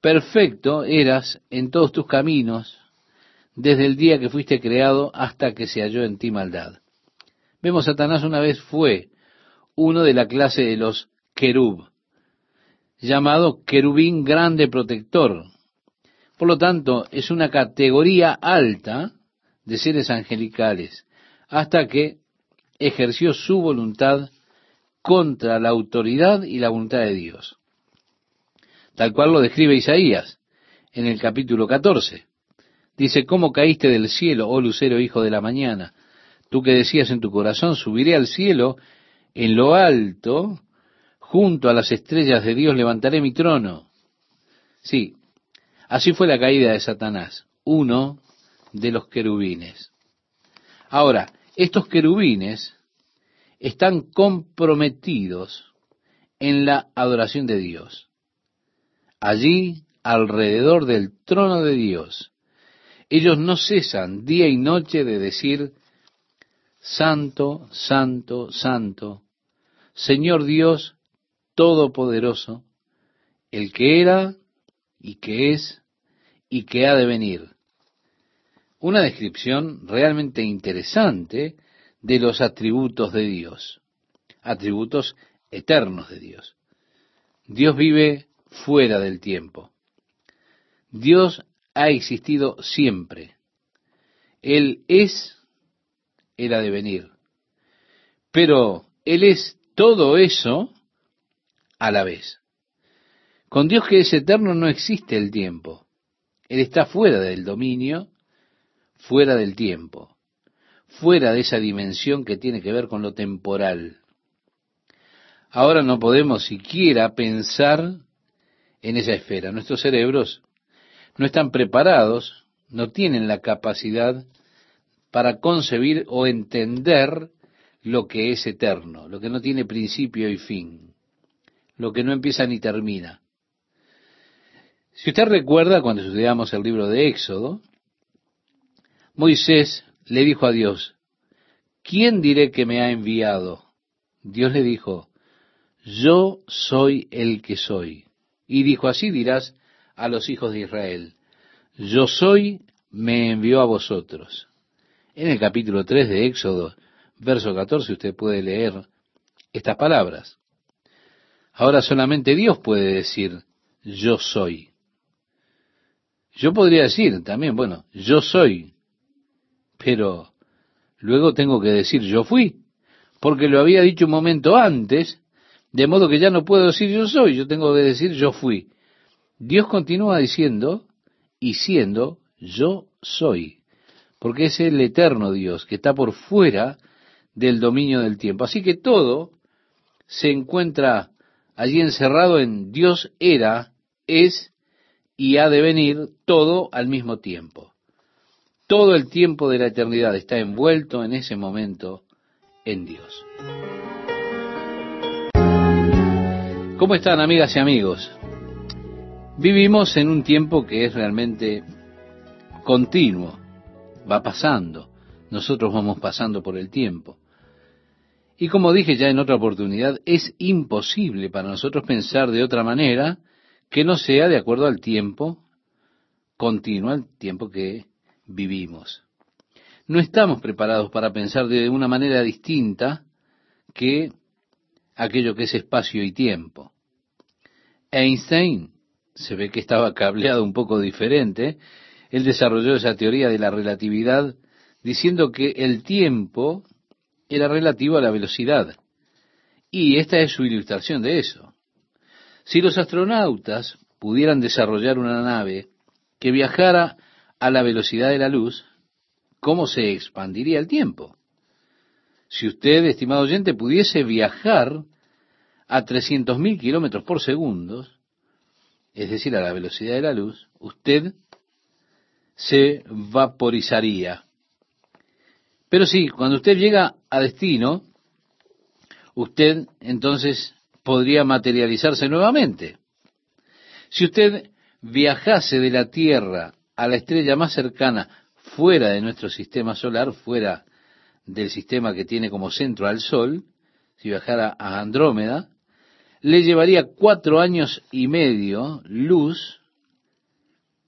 perfecto eras en todos tus caminos, desde el día que fuiste creado hasta que se halló en ti maldad. Vemos, Satanás una vez fue uno de la clase de los querub, llamado querubín grande protector. Por lo tanto, es una categoría alta de seres angelicales, hasta que ejerció su voluntad contra la autoridad y la voluntad de Dios. Tal cual lo describe Isaías en el capítulo catorce. Dice: ¿cómo caíste del cielo, oh lucero, hijo de la mañana? Tú que decías en tu corazón: subiré al cielo, en lo alto, junto a las estrellas de Dios levantaré mi trono. Sí, así fue la caída de Satanás, uno de los querubines. Ahora, estos querubines están comprometidos en la adoración de Dios. Allí, alrededor del trono de Dios, ellos no cesan día y noche de decir: Santo, Santo, Santo, Señor Dios Todopoderoso, el que era, y que es, y que ha de venir. Una descripción realmente interesante de los atributos de Dios, atributos eternos de Dios. Dios vive fuera del tiempo. Dios ha existido siempre. Él es, Él ha de venir. Pero Él es todo eso a la vez. Con Dios, que es eterno, no existe el tiempo. Él está fuera del dominio, fuera del tiempo, fuera de esa dimensión que tiene que ver con lo temporal. Ahora no podemos siquiera pensar en esa esfera. Nuestros cerebros no están preparados, no tienen la capacidad para concebir o entender lo que es eterno, lo que no tiene principio y fin, lo que no empieza ni termina. Si usted recuerda, cuando estudiamos el libro de Éxodo, Moisés le dijo a Dios: ¿quién diré que me ha enviado? Dios le dijo: yo soy el que soy. Y dijo: así dirás a los hijos de Israel: yo soy, me envió a vosotros. En el capítulo tres de Éxodo, verso catorce, usted puede leer estas palabras. Ahora solamente Dios puede decir: yo soy. Yo podría decir también, bueno, yo soy, pero luego tengo que decir yo fui, porque lo había dicho un momento antes, de modo que ya no puedo decir yo soy, yo tengo que decir yo fui. Dios continúa diciendo y siendo yo soy, porque es el eterno Dios que está por fuera del dominio del tiempo. Así que todo se encuentra allí encerrado en Dios era, es y ha de venir, todo al mismo tiempo. Todo el tiempo de la eternidad está envuelto en ese momento en Dios. ¿Cómo están, amigas y amigos? Vivimos en un tiempo que es realmente continuo, va pasando, nosotros vamos pasando por el tiempo. Y como dije ya en otra oportunidad, es imposible para nosotros pensar de otra manera que no sea de acuerdo al tiempo continuo, al tiempo que vivimos. No estamos preparados para pensar de una manera distinta que aquello que es espacio y tiempo. Einstein se ve que estaba cableado un poco diferente. Él desarrolló esa teoría de la relatividad diciendo que el tiempo era relativo a la velocidad. Y esta es su ilustración de eso. Si los astronautas pudieran desarrollar una nave que viajara a la velocidad de la luz, ¿cómo se expandiría el tiempo? Si usted, estimado oyente, pudiese viajar a trescientos mil kilómetros por segundo, es decir, a la velocidad de la luz, usted se vaporizaría. Pero sí, cuando usted llega a destino, usted entonces podría materializarse nuevamente. Si usted viajase de la Tierra a la estrella más cercana fuera de nuestro sistema solar, fuera del sistema que tiene como centro al Sol, si viajara a Andrómeda, le llevaría cuatro años y medio luz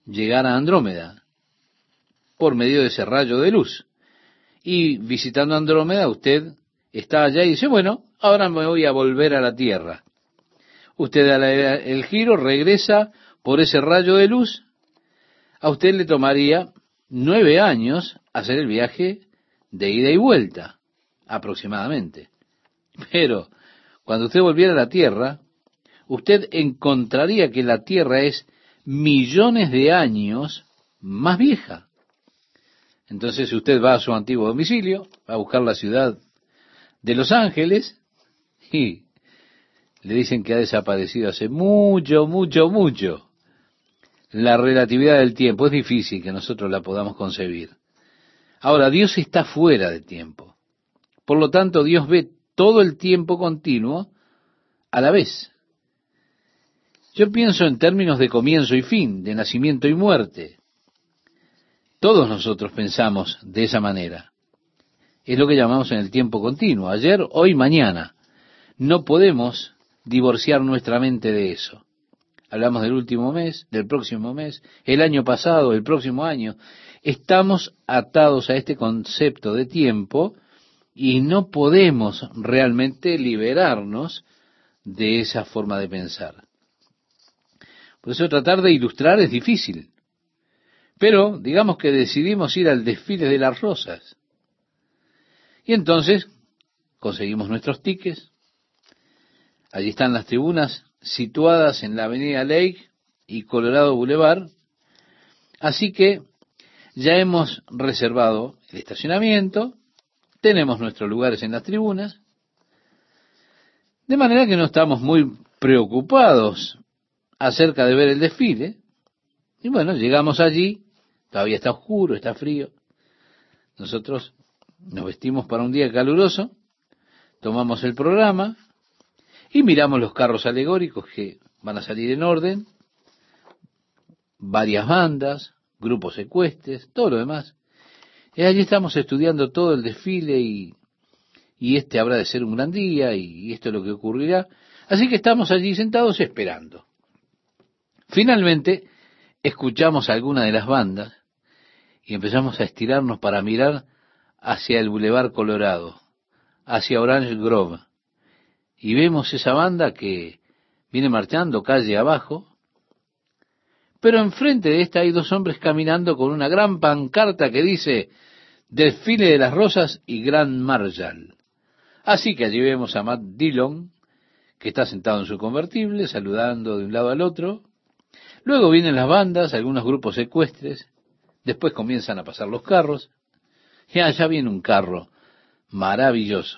llegar a Andrómeda por medio de ese rayo de luz. Y visitando Andrómeda, usted está allá y dice, bueno, ahora me voy a volver a la Tierra. Usted da la- el giro, regresa por ese rayo de luz. A usted le tomaría nueve años hacer el viaje de ida y vuelta, aproximadamente. Pero cuando usted volviera a la Tierra, usted encontraría que la Tierra es millones de años más vieja. Entonces, si usted va a su antiguo domicilio, va a buscar la ciudad de Los Ángeles y le dicen que ha desaparecido hace mucho, mucho, mucho. La relatividad del tiempo es difícil que nosotros la podamos concebir. Ahora, Dios está fuera de tiempo. Por lo tanto, Dios ve todo el tiempo continuo a la vez. Yo pienso en términos de comienzo y fin, de nacimiento y muerte. Todos nosotros pensamos de esa manera. Es lo que llamamos en el tiempo continuo, ayer, hoy, mañana. No podemos divorciar nuestra mente de eso. Hablamos del último mes, del próximo mes, el año pasado, el próximo año. Estamos atados a este concepto de tiempo y no podemos realmente liberarnos de esa forma de pensar. Por eso tratar de ilustrar es difícil. Pero digamos que decidimos ir al desfile de las rosas. Y entonces conseguimos nuestros tickets. Allí están las tribunas situadas en la Avenida Lake y Colorado Boulevard. Así que ya hemos reservado el estacionamiento, tenemos nuestros lugares en las tribunas, de manera que no estamos muy preocupados acerca de ver el desfile. Y bueno, llegamos allí, todavía está oscuro, está frío. Nosotros nos vestimos para un día caluroso, tomamos el programa y miramos los carros alegóricos que van a salir en orden, varias bandas, grupos ecuestres, todo lo demás. Y allí estamos estudiando todo el desfile y, y este habrá de ser un gran día y, y esto es lo que ocurrirá. Así que estamos allí sentados esperando. Finalmente, escuchamos alguna de las bandas y empezamos a estirarnos para mirar hacia el Boulevard Colorado, hacia Orange Grove. Y vemos esa banda que viene marchando calle abajo, pero enfrente de esta hay dos hombres caminando con una gran pancarta que dice Desfile de las Rosas y Grand Marshal. Así que allí vemos a Matt Dillon, que está sentado en su convertible, saludando de un lado al otro. Luego vienen las bandas, algunos grupos ecuestres, después comienzan a pasar los carros, y allá viene un carro maravilloso.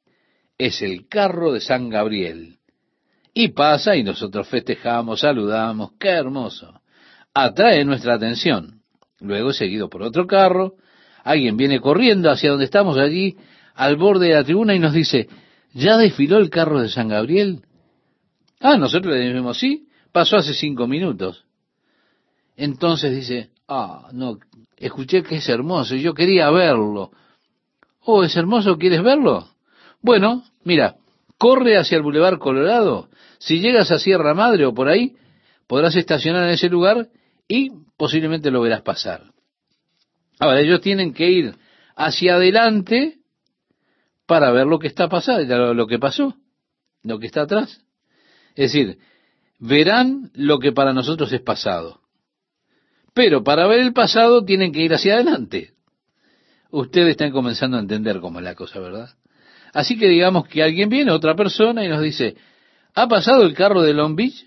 Es el carro de San Gabriel. Y pasa y nosotros festejamos, saludamos, qué hermoso. Atrae nuestra atención. Luego seguido por otro carro, alguien viene corriendo hacia donde estamos allí, al borde de la tribuna y nos dice, ¿ya desfiló el carro de San Gabriel? Ah, nosotros le decimos, sí, pasó hace cinco minutos. Entonces dice, ah, no, escuché que es hermoso y yo quería verlo. Oh, ¿es hermoso? ¿Quieres verlo? Bueno, mira, corre hacia el Boulevard Colorado. Si llegas a Sierra Madre o por ahí, podrás estacionar en ese lugar y posiblemente lo verás pasar. Ahora, ellos tienen que ir hacia adelante para ver lo que está pasando, lo que pasó, lo que está atrás. Es decir, verán lo que para nosotros es pasado. Pero para ver el pasado tienen que ir hacia adelante. Ustedes están comenzando a entender cómo es la cosa, ¿verdad? Así que digamos que alguien viene, otra persona, y nos dice, ¿ha pasado el carro de Long Beach?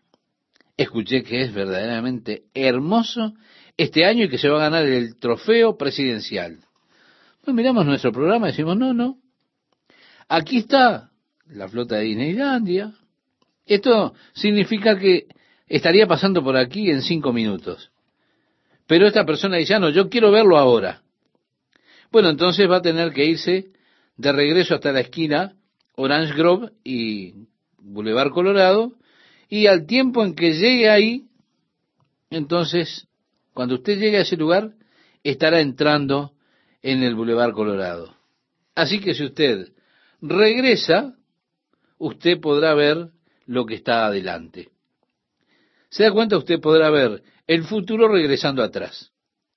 Escuché que es verdaderamente hermoso este año y que se va a ganar el trofeo presidencial. Pues miramos nuestro programa y decimos, no, no. Aquí está la flota de Disneylandia. Esto significa que estaría pasando por aquí en cinco minutos. Pero esta persona dice, ah, no, yo quiero verlo ahora. Bueno, entonces va a tener que irse de regreso hasta la esquina Orange Grove y Boulevard Colorado, y al tiempo en que llegue ahí, entonces, cuando usted llegue a ese lugar, estará entrando en el Boulevard Colorado. Así que si usted regresa, usted podrá ver lo que está adelante. se da cuenta, usted podrá ver el futuro regresando atrás.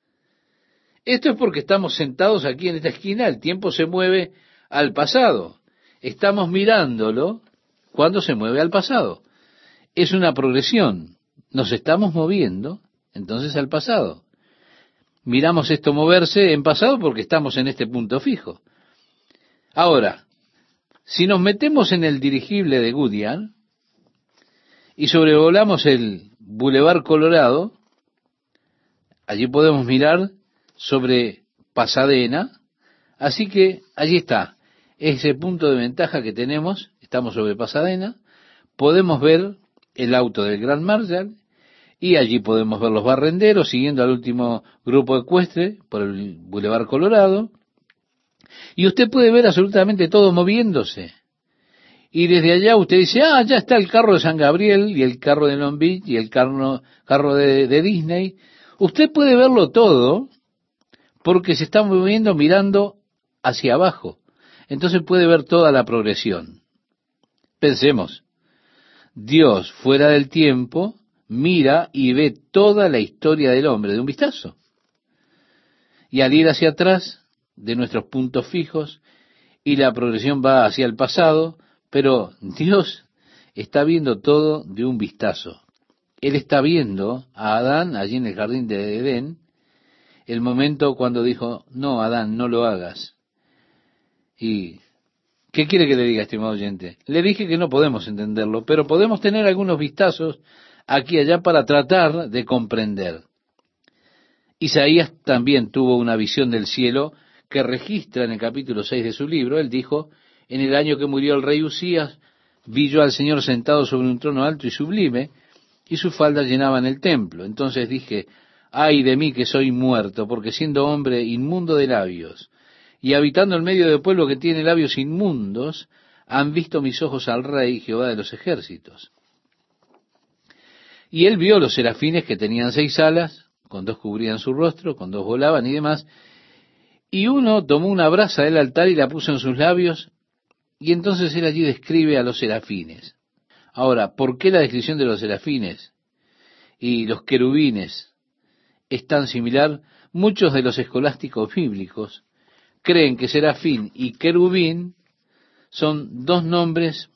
Esto es porque estamos sentados aquí en esta esquina, el tiempo se mueve al pasado. Estamos mirándolo cuando se mueve al pasado. Es una progresión. Nos estamos moviendo entonces al pasado. Miramos esto moverse en pasado porque estamos en este punto fijo. Ahora, si nos metemos en el dirigible de Goodyear y sobrevolamos el Boulevard Colorado, allí podemos mirar sobre Pasadena, así que allí está, ese punto de ventaja que tenemos, estamos sobre Pasadena, podemos ver el auto del Grand Marshal, y allí podemos ver los barrenderos siguiendo al último grupo ecuestre por el Boulevard Colorado, y usted puede ver absolutamente todo moviéndose. Y desde allá usted dice, ah, ya está el carro de San Gabriel, y el carro de Long Beach, y el carro, carro de, de Disney. Usted puede verlo todo, porque se está moviendo mirando hacia abajo. Entonces puede ver toda la progresión. Pensemos, Dios fuera del tiempo mira y ve toda la historia del hombre de un vistazo. Y al ir hacia atrás de nuestros puntos fijos, y la progresión va hacia el pasado, pero Dios está viendo todo de un vistazo. Él está viendo a Adán allí en el jardín de Edén, el momento cuando dijo, no, Adán, no lo hagas. ¿Y qué quiere que le diga, estimado oyente? Le dije que no podemos entenderlo, pero podemos tener algunos vistazos aquí y allá para tratar de comprender. Isaías también tuvo una visión del cielo que registra en el capítulo seis de su libro. Él dijo, en el año que murió el rey Usías, vi yo al Señor sentado sobre un trono alto y sublime, y sus faldas llenaban el templo. Entonces dije, ay de mí que soy muerto, porque siendo hombre inmundo de labios, y habitando en medio del pueblo que tiene labios inmundos, han visto mis ojos al Rey, Jehová de los ejércitos. Y él vio los serafines que tenían seis alas, con dos cubrían su rostro, con dos volaban y demás, y uno tomó una brasa del altar y la puso en sus labios, y entonces él allí describe a los serafines. Ahora, ¿por qué la descripción de los serafines y los querubines es tan similar? Muchos de los escolásticos bíblicos creen que serafín y querubín son dos nombres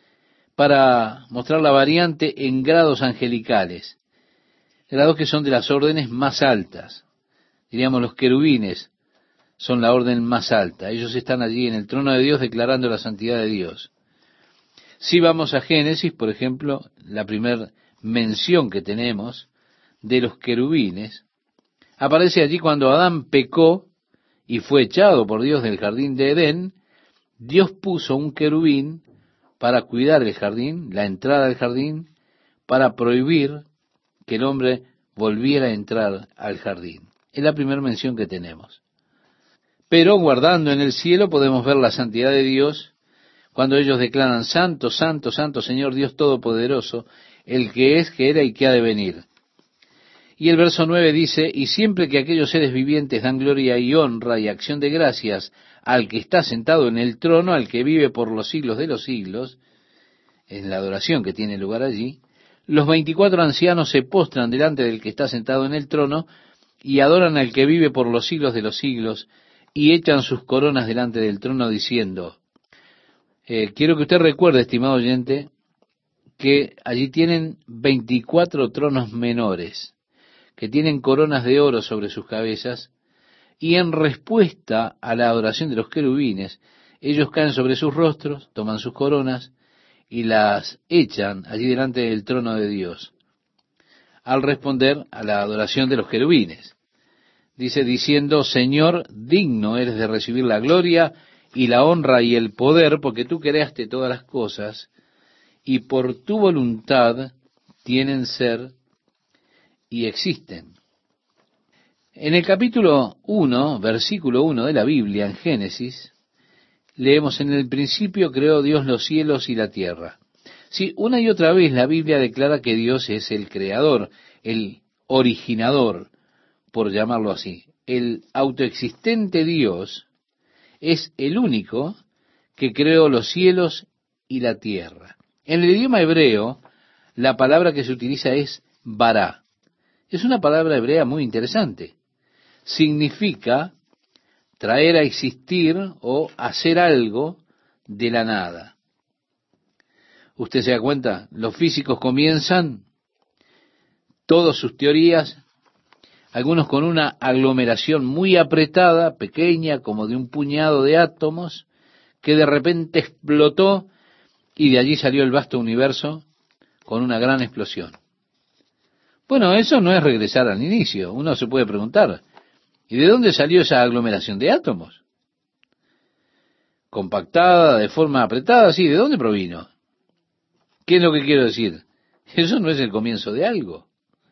para mostrar la variante en grados angelicales, grados que son de las órdenes más altas. Diríamos, los querubines son la orden más alta. Ellos están allí en el trono de Dios declarando la santidad de Dios. Si vamos a Génesis, por ejemplo, la primera mención que tenemos de los querubines, aparece allí cuando Adán pecó y fue echado por Dios del jardín de Edén. Dios puso un querubín para cuidar el jardín, la entrada al jardín, para prohibir que el hombre volviera a entrar al jardín. Es la primera mención que tenemos. Pero guardando en el cielo podemos ver la santidad de Dios cuando ellos declaran, Santo, Santo, Santo, Señor Dios Todopoderoso, el que es, que era y que ha de venir. Y el verso nueve dice, y siempre que aquellos seres vivientes dan gloria y honra y acción de gracias al que está sentado en el trono, al que vive por los siglos de los siglos, en la adoración que tiene lugar allí, los veinticuatro ancianos se postran delante del que está sentado en el trono y adoran al que vive por los siglos de los siglos y echan sus coronas delante del trono diciendo, eh, quiero que usted recuerde, estimado oyente, que allí tienen veinticuatro tronos menores, que tienen coronas de oro sobre sus cabezas, y en respuesta a la adoración de los querubines, ellos caen sobre sus rostros, toman sus coronas, y las echan allí delante del trono de Dios, al responder a la adoración de los querubines. Dice, diciendo, Señor, digno eres de recibir la gloria y la honra y el poder, porque tú creaste todas las cosas, y por tu voluntad tienen ser y existen. En el capítulo uno, versículo uno de la Biblia, en Génesis, leemos, en el principio creó Dios los cielos y la tierra. Sí, una y otra vez la Biblia declara que Dios es el creador, el originador, por llamarlo así. El autoexistente Dios es el único que creó los cielos y la tierra. En el idioma hebreo, la palabra que se utiliza es Bará. Es una palabra hebrea muy interesante. Significa traer a existir o hacer algo de la nada. Usted se da cuenta, los físicos comienzan todas sus teorías, algunos con una aglomeración muy apretada, pequeña, como de un puñado de átomos, que de repente explotó y de allí salió el vasto universo con una gran explosión. Bueno, eso no es regresar al inicio. Uno se puede preguntar, ¿y de dónde salió esa aglomeración de átomos? Compactada, de forma apretada, sí, ¿de dónde provino? ¿Qué es lo que quiero decir? Eso no es el comienzo de algo.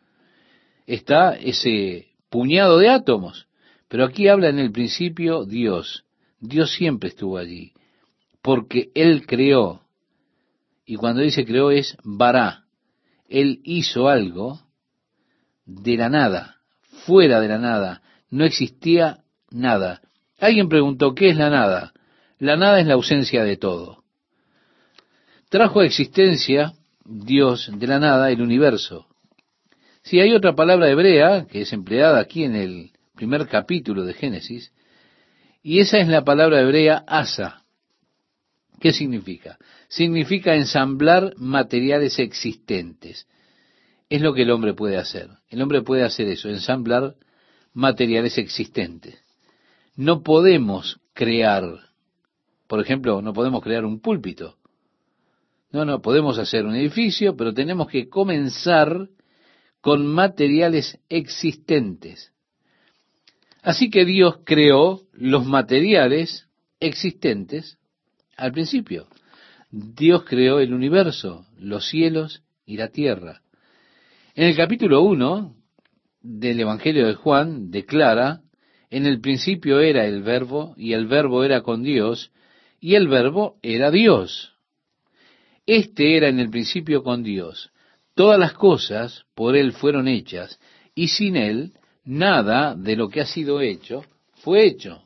Está ese puñado de átomos, pero aquí habla en el principio Dios. Dios siempre estuvo allí, porque Él creó, y cuando dice creó es bará. Él hizo algo de la nada, fuera de la nada, no existía nada. Alguien preguntó, ¿qué es la nada? La nada es la ausencia de todo. Trajo a existencia Dios de la nada el universo. Si hay otra palabra hebrea que es empleada aquí en el primer capítulo de Génesis, y esa es la palabra hebrea asa. ¿Qué significa? Significa ensamblar materiales existentes. Es lo que el hombre puede hacer. El hombre puede hacer eso, ensamblar materiales existentes. No podemos crear, por ejemplo, no podemos crear un púlpito. No, no, podemos hacer un edificio, pero tenemos que comenzar con materiales existentes. Así que Dios creó los materiales existentes al principio. Dios creó el universo, los cielos y la tierra. En el capítulo uno del Evangelio de Juan declara, en el principio era el Verbo, y el Verbo era con Dios, y el Verbo era Dios. Este era en el principio con Dios. Todas las cosas por Él fueron hechas, y sin Él nada de lo que ha sido hecho fue hecho.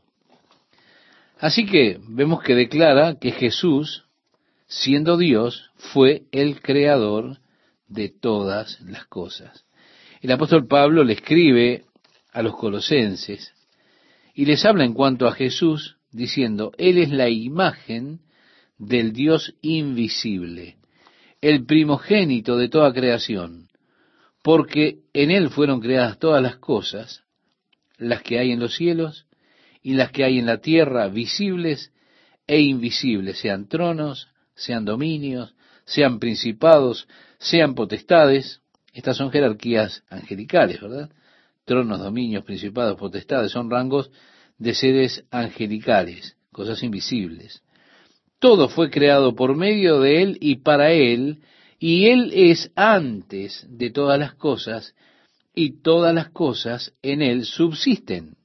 Así que vemos que declara que Jesús, siendo Dios, fue el creador de todas las cosas. El apóstol Pablo le escribe a los colosenses y les habla en cuanto a Jesús, diciendo, Él es la imagen del Dios invisible, el primogénito de toda creación, porque en Él fueron creadas todas las cosas, las que hay en los cielos y las que hay en la tierra, visibles e invisibles, sean tronos, sean dominios, sean principados, sean potestades. Estas son jerarquías angelicales, ¿verdad? Tronos, dominios, principados, potestades, son rangos de seres angelicales, cosas invisibles. Todo fue creado por medio de Él y para Él, y Él es antes de todas las cosas, y todas las cosas en Él subsisten.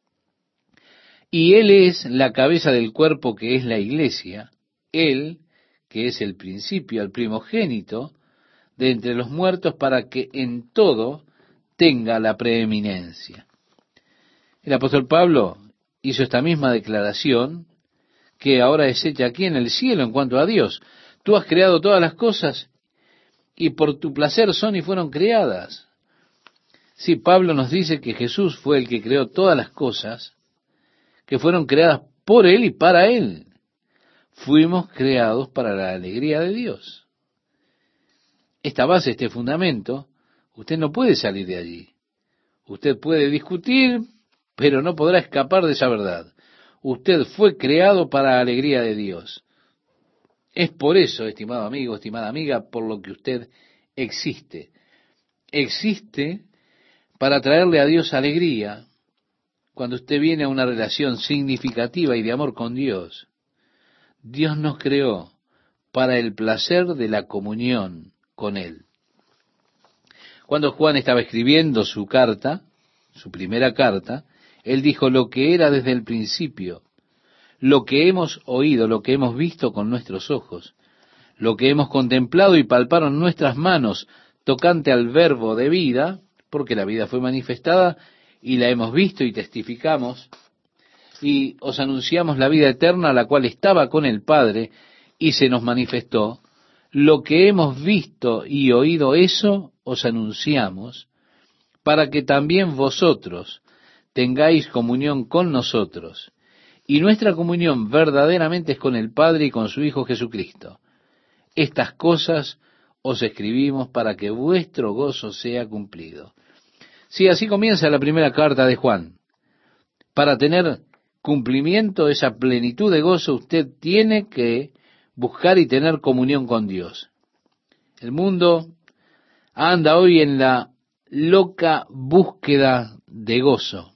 Y Él es la cabeza del cuerpo que es la iglesia, Él, que es el principio, el primogénito de entre los muertos, para que en todo tenga la preeminencia. El apóstol Pablo hizo esta misma declaración que ahora es hecha aquí en el cielo en cuanto a Dios. Tú has creado todas las cosas y por tu placer son y fueron creadas. Sí, Pablo nos dice que Jesús fue el que creó todas las cosas que fueron creadas por Él y para Él. Fuimos creados para la alegría de Dios. Esta base, este fundamento, usted no puede salir de allí. Usted puede discutir, pero no podrá escapar de esa verdad. Usted fue creado para la alegría de Dios. Es por eso, estimado amigo, estimada amiga, por lo que usted existe. Existe para traerle a Dios alegría cuando usted viene a una relación significativa y de amor con Dios. Dios nos creó para el placer de la comunión con Él. Cuando Juan estaba escribiendo su carta, su primera carta, él dijo lo que era desde el principio, lo que hemos oído, lo que hemos visto con nuestros ojos, lo que hemos contemplado y palparon nuestras manos tocante al verbo de vida, porque la vida fue manifestada y la hemos visto y testificamos, y os anunciamos la vida eterna, la cual estaba con el Padre y se nos manifestó. Lo que hemos visto y oído, eso os anunciamos, para que también vosotros tengáis comunión con nosotros. Y nuestra comunión verdaderamente es con el Padre y con su Hijo Jesucristo. Estas cosas os escribimos para que vuestro gozo sea cumplido. Sí, así comienza la primera carta de Juan. Para tener cumplimiento, esa plenitud de gozo, usted tiene que buscar y tener comunión con Dios. El mundo anda hoy en la loca búsqueda de gozo.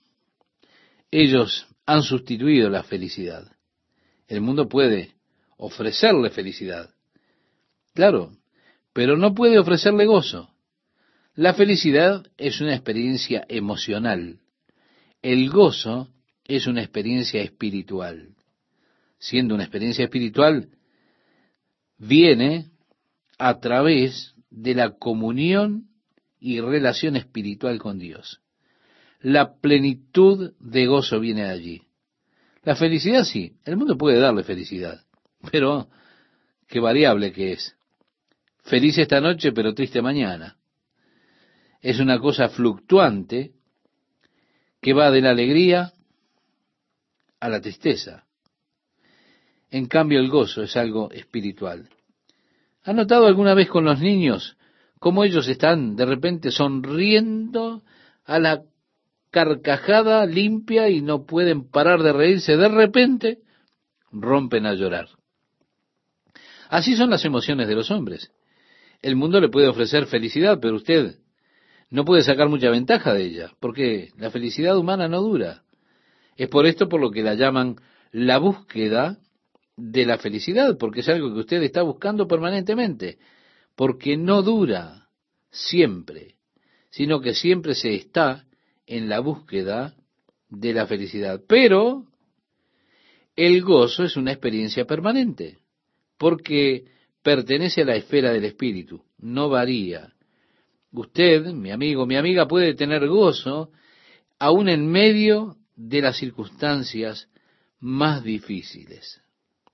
Ellos han sustituido la felicidad. El mundo puede ofrecerle felicidad, claro, pero no puede ofrecerle gozo. La felicidad es una experiencia emocional. El gozo es una experiencia espiritual. Siendo una experiencia espiritual, viene a través de la comunión y relación espiritual con Dios. La plenitud de gozo viene de allí. La felicidad sí, el mundo puede darle felicidad, pero qué variable que es. Feliz esta noche, pero triste mañana. Es una cosa fluctuante que va de la alegría a la tristeza. En cambio, el gozo es algo espiritual. ¿Han notado alguna vez con los niños cómo ellos están de repente sonriendo a la carcajada limpia y no pueden parar de reírse? De repente rompen a llorar. Así son las emociones de los hombres. El mundo le puede ofrecer felicidad, pero usted no puede sacar mucha ventaja de ella, porque la felicidad humana no dura. Es por esto por lo que la llaman la búsqueda de la felicidad, porque es algo que usted está buscando permanentemente, porque no dura siempre, sino que siempre se está en la búsqueda de la felicidad. Pero el gozo es una experiencia permanente, porque pertenece a la esfera del espíritu, no varía. Usted, mi amigo, mi amiga, puede tener gozo aún en medio de las circunstancias más difíciles.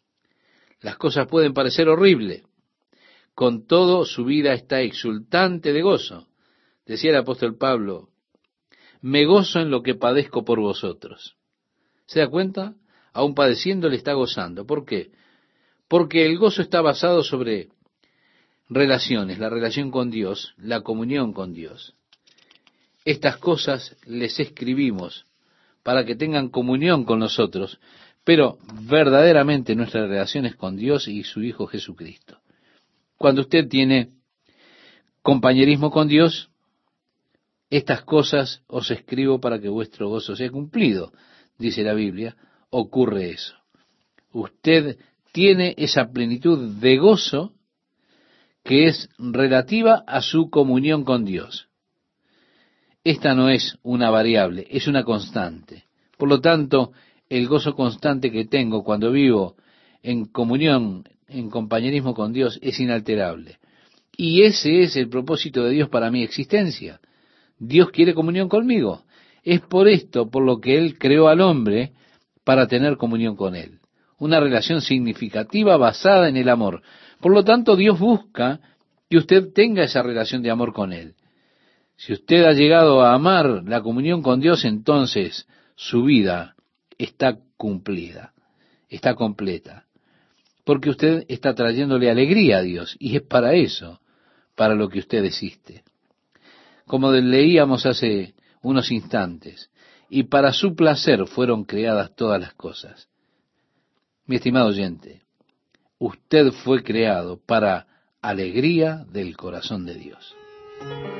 Las cosas pueden parecer horribles. Con todo, su vida está exultante de gozo. Decía el apóstol Pablo, me gozo en lo que padezco por vosotros. ¿Se da cuenta? Aún padeciendo le está gozando. ¿Por qué? Porque el gozo está basado sobre relaciones, la relación con Dios, la comunión con Dios. Estas cosas les escribimos para que tengan comunión con nosotros, pero verdaderamente nuestra relación es con Dios y su Hijo Jesucristo. Cuando usted tiene compañerismo con Dios, estas cosas os escribo para que vuestro gozo sea cumplido, dice la Biblia, ocurre eso. Usted tiene esa plenitud de gozo que es relativa a su comunión con Dios. Esta no es una variable, es una constante. Por lo tanto, el gozo constante que tengo cuando vivo en comunión, en compañerismo con Dios, es inalterable. Y ese es el propósito de Dios para mi existencia. Dios quiere comunión conmigo. Es por esto, por lo que Él creó al hombre, para tener comunión con Él. Una relación significativa basada en el amor. Por lo tanto, Dios busca que usted tenga esa relación de amor con Él. Si usted ha llegado a amar la comunión con Dios, entonces su vida está cumplida, está completa. Porque usted está trayéndole alegría a Dios, y es para eso, para lo que usted existe. Como leíamos hace unos instantes, y para su placer fueron creadas todas las cosas. Mi estimado oyente, usted fue creado para alegría del corazón de Dios.